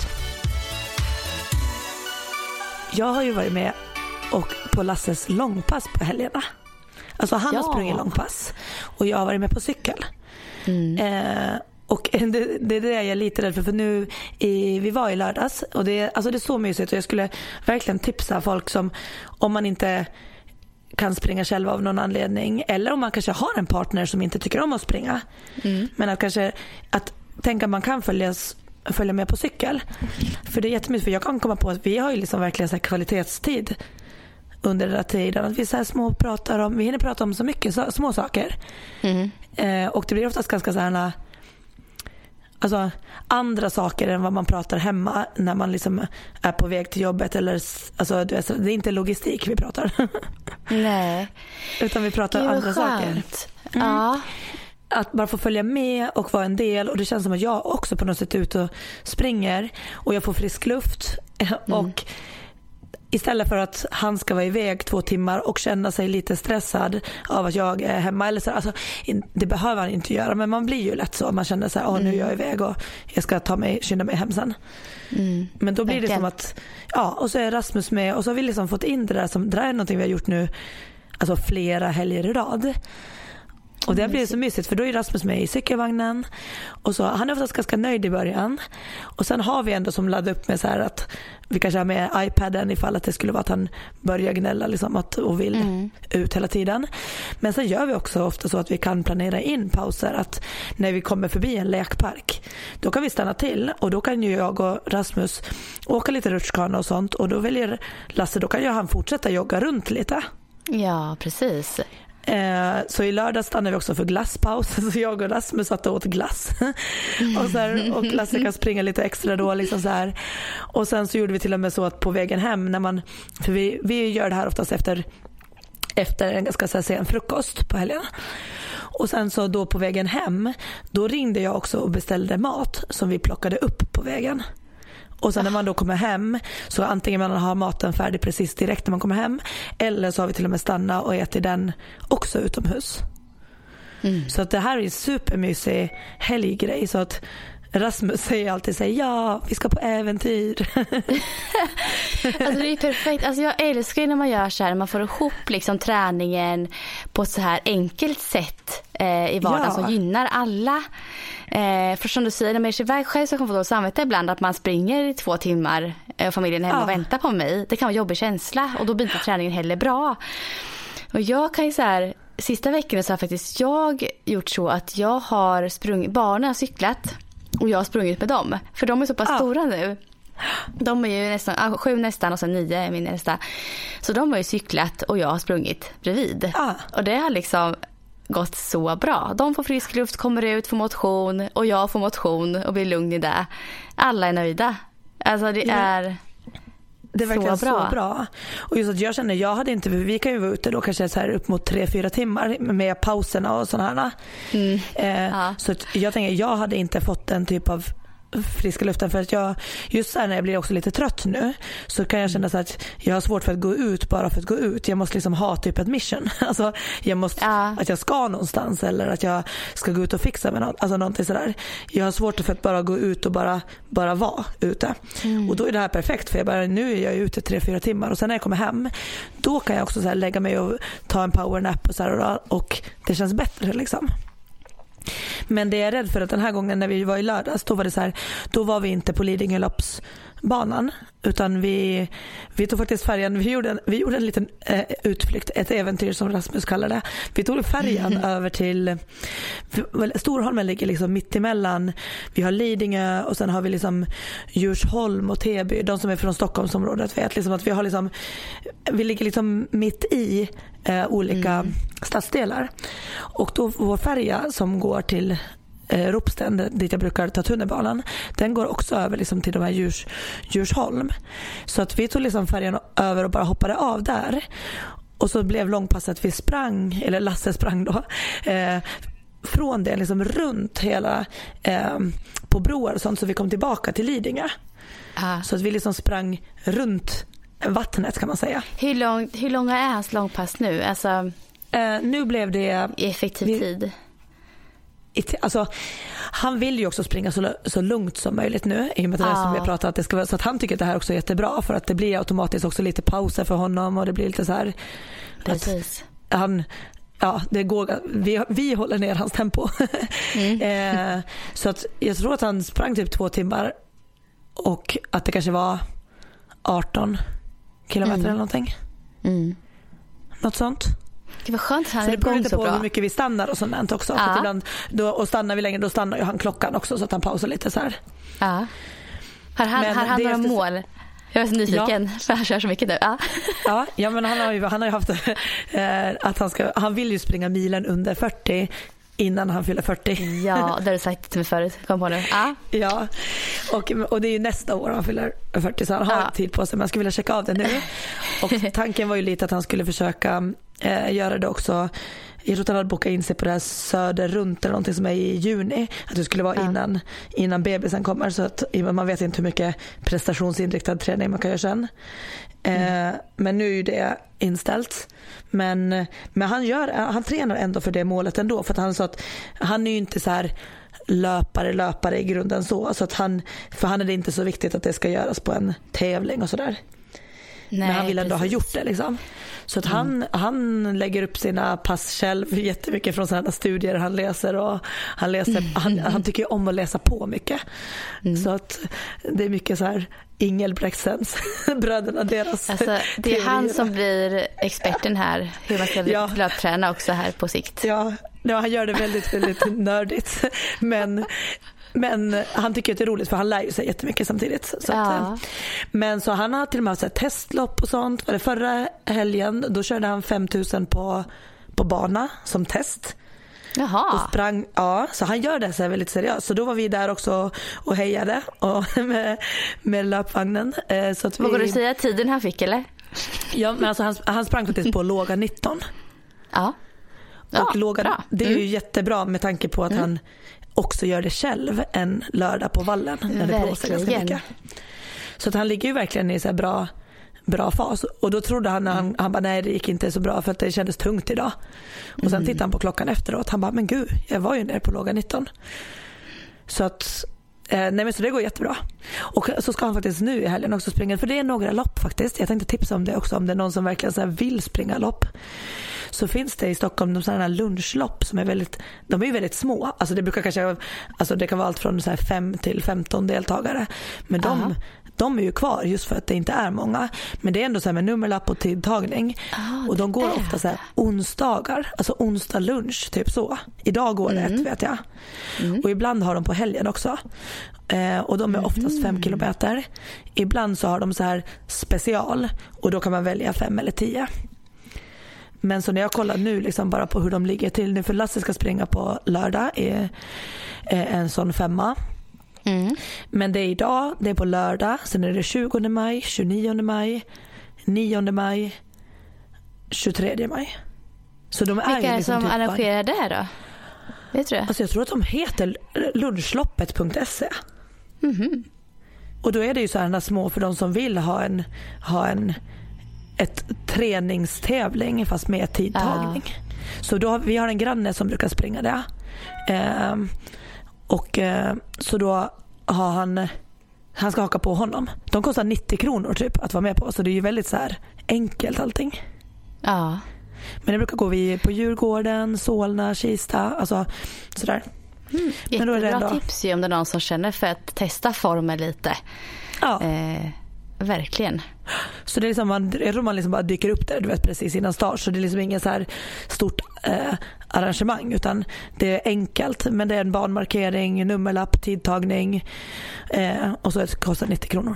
Jag har ju varit med och på Lasses långpass på helgerna. Alltså han ja. har sprungit långpass och jag har varit med på cykel. Mm. Eh, och det, det är det jag är lite rädd för, för nu i, vi var i lördags och det, alltså det är så mysigt, och jag skulle verkligen tipsa folk som, om man inte kan springa själv av någon anledning, eller om man kanske har en partner som inte tycker om att springa, mm. men att kanske att tänka att man kan följas, följa med på cykel. För det är jättemysigt, för jag kan komma på att vi har ju liksom verkligen så här kvalitetstid under den här tiden, att vi så här små pratar om, vi hinner prata om så mycket så, små saker. Mm. Eh, och det blir oftast ganska så här, alltså andra saker än vad man pratar hemma när man liksom är på väg till jobbet, eller alltså det är inte logistik vi pratar. Nej. Utan vi pratar Gud, andra skönt. saker. Mm. Ja. Att bara få följa med och vara en del, och det känns som att jag också på något sätt är ute och springer och jag får frisk luft mm. och istället för att han ska vara iväg två timmar och känna sig lite stressad av att jag är hemma. Eller så, alltså, det behöver han inte göra, men man blir ju lätt så. Man känner så här, åh, nu är jag iväg och jag ska ta mig, skynda mig hem sen. Mm. Men då blir det som att, ja, och så är Rasmus med, och så har vi liksom fått in det där som, det är någonting vi har gjort nu, alltså flera helger i rad. Och det blir så mysigt, för då är Rasmus med i cykelvagnen, och så han är oftast ganska nöjd i början, och sen har vi ändå som ladd upp med så här att vi kanske har med iPaden ifall att det skulle vara att han börjar gnälla liksom att, och vill mm. ut hela tiden. Men sen gör vi också ofta så att vi kan planera in pauser, att när vi kommer förbi en lekpark, då kan vi stanna till, och då kan ju jag och Rasmus åka lite rutschkana och sånt, och då väljer Lasse, då kan ju han fortsätta jogga runt lite. Ja, precis. Eh, så i lördag stannade vi också för glasspaus, så jag och Rasmus satt och åt glass och, så här, och Lasse kan springa lite extra då liksom så här. Och sen så gjorde vi till och med så att på vägen hem, när man, för vi, vi gör det här oftast efter efter en ganska så här sen frukost på helgen, och sen så då på vägen hem, då ringde jag också och beställde mat som vi plockade upp på vägen. Och sen när man då kommer hem, så antingen man har maten färdig precis direkt när man kommer hem, eller så har vi till och med stanna och ätit den också utomhus. Mm. Så att det här är en supermysig helggrej, så att Rasmus säger alltid så här, ja, vi ska på äventyr. Alltså det är perfekt. Alltså jag älskar ju när man gör så här, man får ihop liksom träningen på ett så här enkelt sätt eh, i vardagen, ja. Som gynnar alla. Eh, för som du säger, när man är sig iväg själv, så kan man få då samvete ibland att man springer i två timmar och eh, familjen är hemma ja. och väntar på mig. Det kan vara en jobbig känsla, och då blir inte träningen heller bra. Och jag kan ju så här, sista veckorna så har faktiskt jag gjort så att jag har sprungit, barnen har cyklat och jag har sprungit med dem, för de är så pass ja. stora nu. De är ju nästan sju nästan, och sen nio är min nästa. Så de har ju cyklat och jag har sprungit bredvid. Ja. Och det har liksom gått så bra. De får frisk luft, kommer ut, får motion, och jag får motion och blir lugn i det. Alla är nöjda. Alltså det är Det är verkligen så bra. så bra. Och just att jag känner, jag hade inte, vi kan ju vara ute då kanske så här upp mot tre fyra timmar med pauserna och sådana här. Mm. Eh, ja. Så att jag tänker, jag hade inte fått den typ av friska luften för att jag, just så här när jag blir också lite trött nu, så kan jag känna så att jag har svårt för att gå ut bara för att gå ut. Jag måste liksom ha typ ett mission. Alltså jag måste, ja. att jag ska någonstans eller att jag ska gå ut och fixa med något, alltså någonting sådär. Jag har svårt för att bara gå ut och bara, bara vara ute. Mm. Och då är det här perfekt för jag bara, nu är jag ute tre fyra timmar och sen när jag kommer hem, då kan jag också så här lägga mig och ta en powernap och så här, och det känns bättre liksom. Men det är jag rädd för att den här gången när vi var i lördags, då var det så här, då var vi inte på Lidingöloppsbanan utan vi, vi tog faktiskt färjan, vi gjorde en, vi gjorde en liten eh, utflykt, ett äventyr som Rasmus kallar det. Vi tog färjan mm. över till Storholmen ligger liksom mitt emellan. Vi har Lidingö och sen har vi liksom Djursholm och Täby, de som är från Stockholmsområdet vet liksom att vi har liksom, vi ligger liksom mitt i eh, olika mm. stadsdelar. Och då vår färja som går till eh, Ropsten, dit jag brukar ta tunnelbanan, den går också över liksom till de här Djurs, Djursholm. Så att vi tog liksom färjan över och bara hoppade av där. Och så blev långpasset att vi sprang, eller Lasse sprang då, eh, från det liksom runt hela eh, på broar och sånt, så vi kom tillbaka till Lidingö. Ah. Så att vi liksom sprang runt vattnet kan man säga. Hur, lång, hur långa är hans långpass nu? Alltså, eh, nu blev det i effektiv vi, tid. I, alltså, han vill ju också springa så, så lugnt som möjligt nu i och med det ah. som vi har pratat att det ska vara, så att han tycker att det här också är jättebra för att det blir automatiskt också lite pauser för honom och det blir lite så här. Precis. Att han ja, det går, vi, vi håller ner hans tempo. Mm. eh, så att jag tror att han sprang typ två timmar och att det kanske var arton kilometer mm. eller någonting. Mm. Något sånt. Det var skönt att han så det beror lite på bra. Hur mycket vi stannar och sånt också. Ja. Ibland, då, och stannar vi länge, då stannar ju han klockan också så att han pausar lite så här. Ja. Har han, har han några mål? Jag är så nyfiken, ja. För han kör så mycket nu. Ja, ja, ja men han har ju, han har ju haft eh, att han ska, han vill ju springa milen under fyrtio innan han fyller fyrtio. Ja, det har du sagt till mig förut. Kom på nu. Ja, ja. Och, och det är ju nästa år han fyller fyrtio så han har ja. tid på sig. Men jag skulle vilja checka av det nu. Och tanken var ju lite att han skulle försöka eh, göra det också. Jag tror att han hade bokat in sig på det här Söder runt eller någonting som är i juni. Att det skulle vara ja. innan, innan bebisen kommer. Så att man vet inte hur mycket prestationsinriktad träning man kan göra sen. Mm. Eh, men nu är ju det inställt. Men, men han, gör, han tränar ändå för det målet ändå. För att han sa att han är ju inte så här löpare, löpare i grunden så. så att han, för han är det inte så viktigt att det ska göras på en tävling och sådär. Men han vill ändå precis. ha gjort det liksom. Så att han, mm. han lägger upp sina pass själv jättemycket från sådana studier han läser och han läser mm. han, han tycker ju om att läsa på mycket. Mm. Så att det är mycket så här Ingelbrektsens bröderna deras. Alltså, det är teorier. Han som blir experten här hur man ska ja. löpträna också här på sikt. Ja, ja han gör det väldigt väldigt nördigt. Men Men han tycker att det är roligt för han lär ju sig jättemycket samtidigt. Så ja. att, men så han har till och med haft testlopp och sånt. Var det förra helgen, då körde han fem tusen på, på bana som test. Jaha. Och sprang, ja, så han gör det så här väldigt seriöst. Så då var vi där också och hejade och med, med löpvagnen. Så att vi... Vågar du säga tiden han fick eller? Ja, men alltså han, han sprang faktiskt på låga nitton. Ja. Och ja, låga, bra. Det är ju mm. jättebra med tanke på att mm. han också gör det själv en lördag på vallen när det blåser ganska mycket. Så att han ligger ju verkligen i så här bra, bra fas. Och då trodde han, mm. han, han bara nej det gick inte så bra för att det kändes tungt idag. Och sen mm. tittade han på klockan efteråt. Han bara men gud, jag var ju nere på låga nitton. Så att eh, nej men så det går jättebra. Och så ska han faktiskt nu i helgen också springa. För det är några lopp faktiskt. Jag tänkte tipsa om det också om det är någon som verkligen så här vill springa lopp. Så finns det i Stockholm de sådana lunchlopp som är väldigt, de är ju väldigt små. Alltså det brukar kanske, alltså det kan vara allt från så här fem till femton deltagare. Men de, de är ju kvar just för att det inte är många. Men det är ändå så här med nummerlapp och tidtagning. Oh, och de går ofta så här onsdagar, alltså onsdag lunch typ så. Idag går det mm. ett vet jag. Mm. Och ibland har de på helgen också. Eh, och de är oftast fem mm. kilometer. Ibland så har de så här special och då kan man välja fem eller tio. Men så när jag kollar nu liksom bara på hur de ligger till nu, för Lasse ska springa på lördag är en sån femma Mm. Men det är idag, det är på lördag, sen är det tjugonde maj, tjugonionde maj, nionde maj, tjugotredje maj. Så de är Vilka är liksom som typ arrangerar det då? Vet du det? Alltså jag tror att de heter lunchloppet punkt se. Mm-hmm. Och då är det ju så här små för de som vill ha en, ha en ett träningstävling fast med tidtagning. Ah. Så då har, vi har en granne som brukar springa det. Eh, och eh, så då har han han ska haka på honom. De kostar nittio kronor typ att vara med på. Så det är ju väldigt så här enkelt allting. Ja. Ah. Men det brukar gå vi på Djurgården, Solna, Kista, alltså sådär. Mm, men då är det jättebra ändå... tips ju om det är någon som känner för att testa formen lite. Ja. Eh, verkligen. Så det är liksom man, jag tror man liksom bara dyker upp där, du vet, precis innan start. Så det är liksom ingen så här stort eh, arrangemang, utan det är enkelt. Men det är en banmarkering, nummerlapp, tidtagning eh, och så det kostar nittio kronor.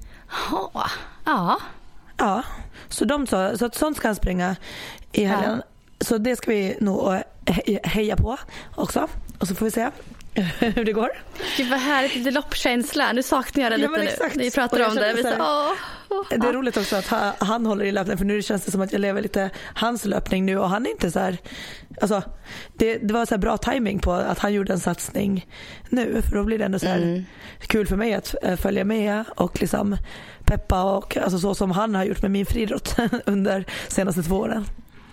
Ja. Ja. Ja, så, de så, så att sånt ska han springa i helgen. Ja. Så det ska vi nog heja på också. Och så får vi se hur det går. Gud vad härligt, lite loppkänsla. Nu saknar jag det lite ja, nu. Ni pratar om det. Vi så, åh, åh, det är roligt också att han, han håller i löpningen, för nu känns det som att jag lever lite hans löpning nu, och han är inte så här, alltså det, det var så här bra timing på att han gjorde en satsning nu, för då blir det ändå så här mm. kul för mig att äh, följa med och liksom peppa, och alltså så som han har gjort med min friidrott under senaste två åren.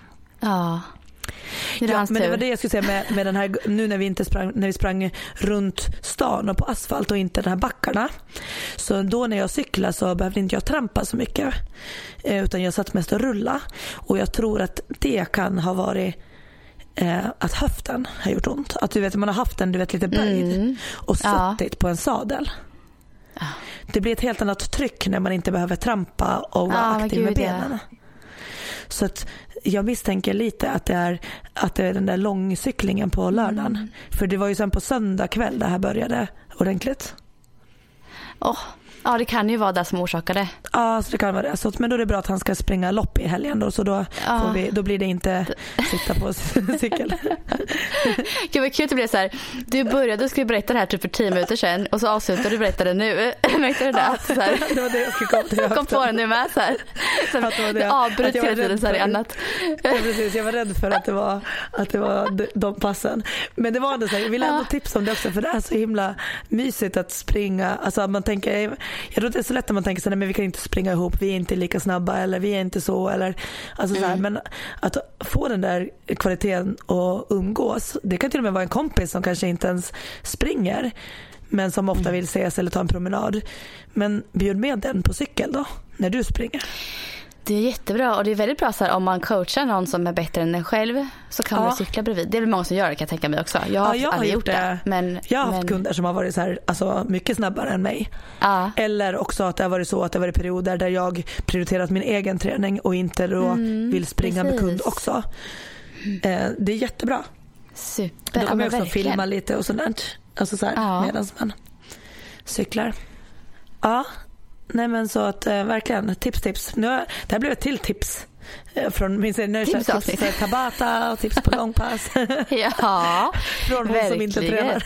Ja. Det ja, men det var det jag skulle säga med, med den här, nu när vi inte sprang, när vi sprang runt stan och på asfalt och inte de här backarna, så då när jag cyklade så behövde inte jag trampa så mycket, utan jag satt mest och rulla, och jag tror att det kan ha varit eh, att höften har gjort ont, att du vet, man har haft den, du vet, lite böjd mm. och suttit ja. på en sadel. Ja. Det blir ett helt annat tryck när man inte behöver trampa och vara ja, aktiv med benen. Ja. Så att jag misstänker lite att det är att det är den där långcyklingen på lördagen. Mm. För det var ju sen på söndag kväll det här började ordentligt. Oh, ja, det kan ju vara det som orsakade. Ja, så det kan vara det. Så, men då är det bra att han ska springa lopp i helgen då, så då, ja. får vi, då blir det inte sitta på cykel. Gud vad kul att det blev så här. Du började och skulle berätta det här typ för tio minuter sedan, och så avslutade du berätta det nu. Märkte du det? Ja, så här, det var det jag skulle komma till. Jag kom på det nu med så här. Så att det, det avbryts hela tiden så här i annat. Ja, precis. Jag var rädd för att det var, att det var de, de passen. Men det var ändå så här, jag vill ändå ja. tipsa om det också, för det är så himla mysigt att springa. Alltså man tänker, jag tror att det är så lätt att man tänker så här, men vi kan inte springa ihop, vi är inte lika snabba, eller vi är inte så, eller alltså så här, mm. men att få den där kvaliteten och umgås, det kan till och med vara en kompis som kanske inte ens springer, men som ofta vill ses eller ta en promenad, men bjud med den på cykel då när du springer. Det är jättebra, och det är väldigt bra så här, om man coachar någon som är bättre än en själv, så kan ja. man cykla bredvid. Det är väl många som gör det, kan jag tänka mig också. Jag har, ja, jag har gjort det. det men, jag har haft men... kunder som har varit så här, alltså, mycket snabbare än mig. Ja. Eller också att det har varit så att det har varit perioder där jag prioriterat min egen träning och inte då mm, vill springa precis. med kund också. Eh, det är jättebra. Super. Då kommer ja, jag också filma lite och sådant. Alltså så här, ja. medan man cyklar. Ja. Nej, men så att äh, verkligen tips tips. Nu har, det här blev ett till tips äh, från min serie, tips, tips för Tabata och tips på långpass. Ja. Från hon som inte tränar.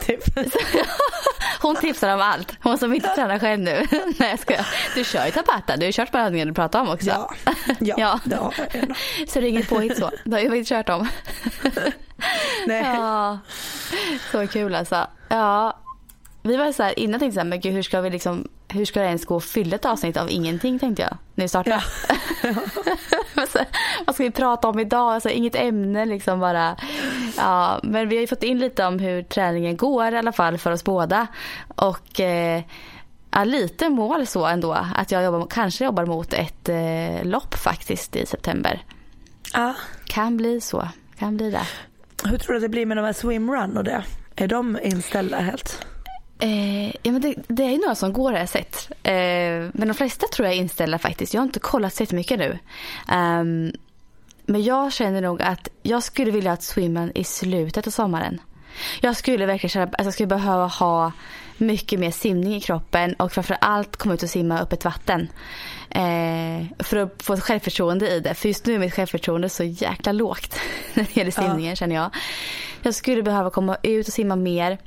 Hon tipsar om allt. Hon som inte tränar själv nu. Nej, jag ska. Du kör ju Tabata. Du har kört på övningen du pratar om också. Ja. Ja. ja. Det har jag. Så det är inget påhitt så. Det har jag inte kört om. Nej. Ja. Så kul alltså. Ja. Vi var så här innan, tänkte så här, men gud, hur ska vi liksom, hur ska det ens gå och fylla ett avsnitt av ingenting, tänkte jag när vi startade. Ja. Vad ska vi prata om idag? Alltså inget ämne liksom, bara. Ja, men vi har ju fått in lite om hur träningen går i alla fall för oss båda, och eh, ja, lite mål så ändå, att jag jobbar, kanske jobbar mot ett eh, lopp faktiskt i september. Ja. Kan bli så, kan bli det. Hur tror du det blir med de här swimrun och det? Är de inställda helt? Eh, ja, men det, det är ju några som går här sett. Eh, men de flesta tror jag är inställda faktiskt. Jag har inte kollat så mycket nu. Um, men jag känner nog att jag skulle vilja att swimmen i slutet av sommaren. Jag skulle verkligen känna att jag skulle behöva ha mycket mer simning i kroppen, och framförallt komma ut och simma upp ett vatten. Eh, för att få ett självförtroende i det. För just nu är mitt självförtroende så jäkla lågt när det gäller simningen, ja. känner jag. Jag skulle behöva komma ut och simma mer.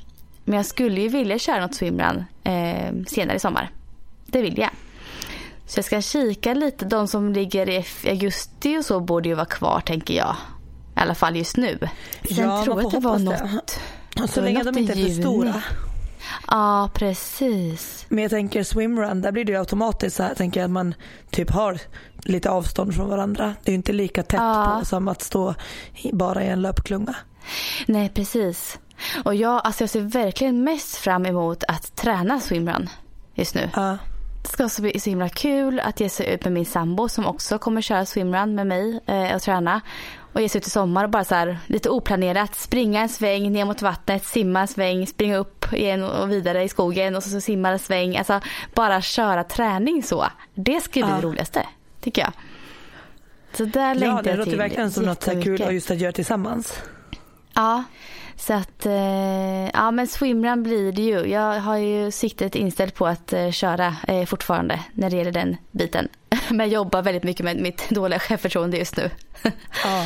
Men jag skulle ju vilja köra något swimrun eh, senare i sommar. Det vill jag. Så jag ska kika lite. De som ligger i augusti och så borde ju vara kvar, tänker jag. I alla fall just nu. Sen ja, tror jag att det var något. Så länge de inte är för stora. Ja, precis. Men jag tänker swimrun, där blir det ju automatiskt så här, tänker jag, att man typ har lite avstånd från varandra. Det är ju inte lika tätt ja. på som att stå bara i en löpklunga. Nej, precis. Och jag, alltså jag ser verkligen mest fram emot att träna swimrun just nu. Ja. Det ska också bli så himla kul att ge sig ut med min sambo som också kommer köra swimrun med mig eh, och träna. Och ge sig ut i sommar och bara så här, lite oplanerat springa en sväng ner mot vattnet, simma en sväng, springa upp igen och vidare i skogen och så, så simma en sväng. Alltså bara köra träning så. Det skulle bli ja. det roligaste, tycker jag. Så där längtar jag till. Ja, det låter verkligen som något så kul och just att göra tillsammans. Ja, så att eh, ja, men swimrun blir det ju. Jag har ju siktet inställt på att eh, köra eh, fortfarande när det gäller den biten. Men jag jobbar väldigt mycket med mitt dåliga självförtroende just nu. Ja.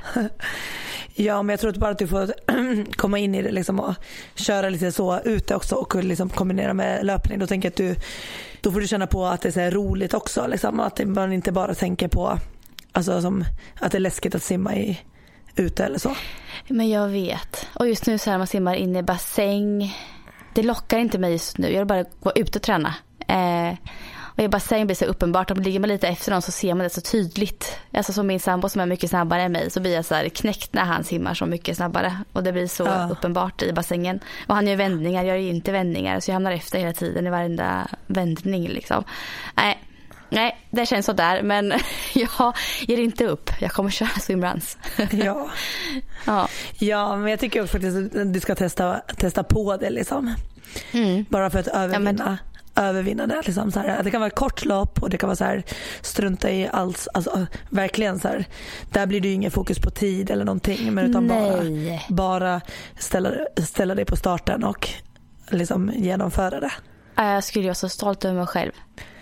Ja, men jag tror att bara att du får komma in i det liksom och köra lite så ute också och liksom kombinera med löpning. Då tänker jag att du, då får du känna på att det är så här roligt också liksom, att man inte bara tänker på alltså som att det är läskigt att simma i ute eller så. Men jag vet. Och just nu så här man simmar inne i bassäng. Det lockar inte mig just nu. Jag vill bara gå ut och träna. Eh, och i bassäng blir så uppenbart. Om ligger man lite efter någon så ser man det så tydligt. Alltså som min sambo som är mycket snabbare än mig så blir jag så här knäckt när han simmar så mycket snabbare. Och det blir så ja. uppenbart i bassängen. Och han gör vändningar, jag gör inte vändningar. Så jag hamnar efter hela tiden i varenda vändning liksom. Nej. Nej, det känns så där, men jag ger inte upp. Jag kommer köra swimruns. Ja. ja. Ja, men jag tycker också faktiskt att du ska testa, testa på det liksom. Mm. Bara för att övervinna, ja, men... övervinna det. Liksom, så här. Det kan vara ett kort lopp och det kan vara så här, strunta i allt. Alltså, verkligen så här. Där blir det ju ingen fokus på tid eller någonting. Men utan Nej. bara, bara ställa, ställa dig på starten och liksom genomföra det. Jag skulle ju vara så stolt över mig själv.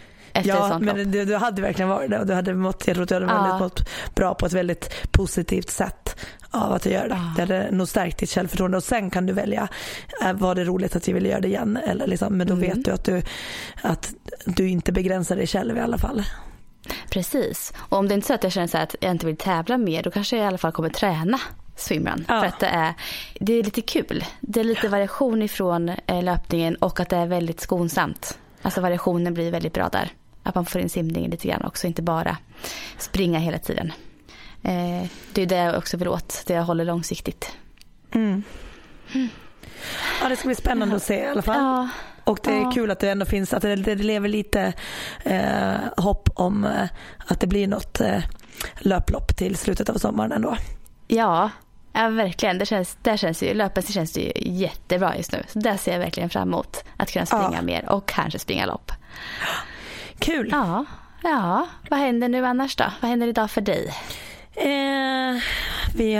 Ja, men du, du hade verkligen varit det och du hade mått, jag tror att du hade ja. väldigt mått bra på ett väldigt positivt sätt av att göra det. Ja. Det hade nog stärkt ditt självförtroende och sen kan du välja äh, var det roligt att jag vill göra det igen eller liksom, men då mm. vet du att du att du inte begränsar dig själv i alla fall. Precis. Och om det inte är så att jag känner så att jag inte vill tävla mer, då kanske jag i alla fall kommer träna swimrun. Ja. För att det är, det är lite kul. Det är lite variation ifrån eh, löpningen och att det är väldigt skonsamt. Alltså variationen blir väldigt bra där. Att man får in simningen lite grann också. Inte bara springa hela tiden. Eh, det är det jag också vill åt. Det jag håller långsiktigt. Mm. Mm. Ja, det ska bli spännande att se i alla fall. Ja. Och det är ja. kul att det ändå finns. Att det, det lever lite eh, hopp om eh, att det blir något eh, löplopp till slutet av sommaren ändå. Ja. Ja, verkligen. Det känns, där känns ju, löpen så känns det ju jättebra just nu. Så där ser jag verkligen fram emot att kunna springa ja. mer och kanske springa lopp. Kul. Ja, ja. Vad händer nu annars då? Vad händer idag för dig? Eh, vi...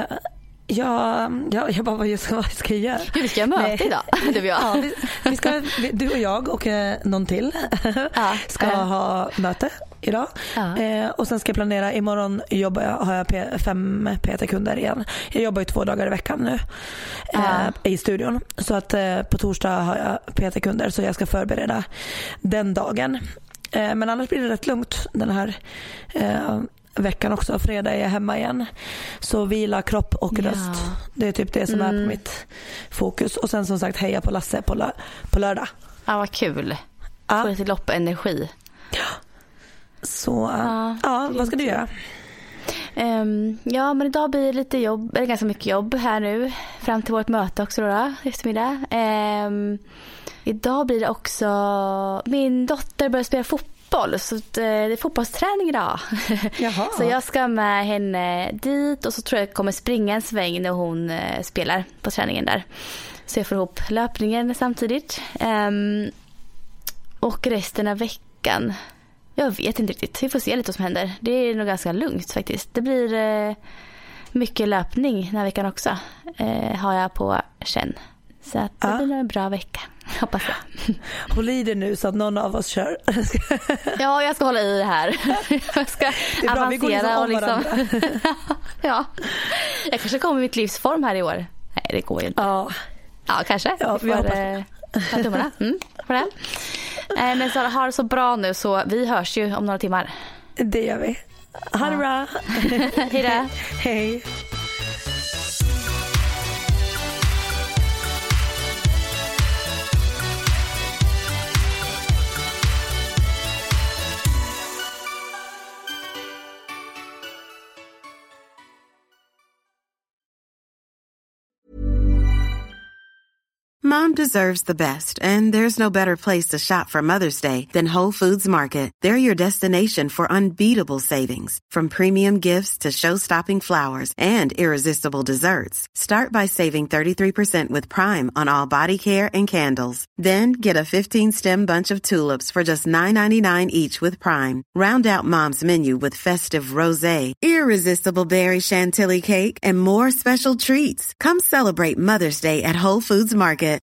Ja, ja, jag bara vad jag ska, vad jag ska göra. Vi ska möta Nej. idag. Du och jag. Ja, vi, vi ska, du och jag och eh, någon till ja. ska ja. ha möte idag. Ja. Eh, och sen ska jag planera. Imorgon jobbar jag, har jag P- fem P T-kunder igen. Jag jobbar ju två dagar i veckan nu eh, ja. i studion. Så att eh, på torsdag har jag P T-kunder så jag ska förbereda den dagen. Eh, men annars blir det rätt lugnt den här eh, veckan också. Fredag är jag hemma igen. Så vila, kropp och röst. Ja. Det är typ det som mm. är på mitt fokus. Och sen som sagt heja på Lasse på, lö- på lördag. Ja, vad kul. Ja. Få lite loppenergi. Ja. Så, ja, ja vad ska du göra? Um, ja, men idag blir det lite jobb, eller ganska mycket jobb här nu. Fram till vårt möte också då, eftermiddag. Um, idag blir det också... Min dotter börjar spela fotboll. Så det är fotbollsträning idag. Jaha. Så jag ska med henne dit. Och så tror jag kommer springa en sväng när hon uh, spelar på träningen där. Så jag får ihop löpningen samtidigt. Um, och resten av veckan... Jag vet inte riktigt. Vi får se lite vad som händer. Det är nog ganska lugnt faktiskt. Det blir eh, mycket löpning den här veckan också. Eh, har jag på känn. Så att det ja. blir en bra vecka. Hoppas jag. Håll i det nu så att någon av oss kör. Ja, jag ska hålla i det här. Jag ska det är bra, vi går liksom och liksom... Ja. Jag kanske kommer i mitt livsform här i år. Nej, det går ju inte. Ja. Ja, kanske. Ja, vi får eh, ta tummarna mm, för det. Eh, men så har det så bra nu så vi hörs ju om några timmar. Det gör vi. Ha det bra. Hej då. Hej. Mom deserves the best, and there's no better place to shop for Mother's Day than Whole Foods Market. They're your destination for unbeatable savings, from premium gifts to show-stopping flowers and irresistible desserts. Start by saving thirty-three percent with Prime on all body care and candles. Then get a fifteen-stem bunch of tulips for just nine ninety-nine each with Prime. Round out Mom's menu with festive rosé, irresistible berry chantilly cake, and more special treats. Come celebrate Mother's Day at Whole Foods Market.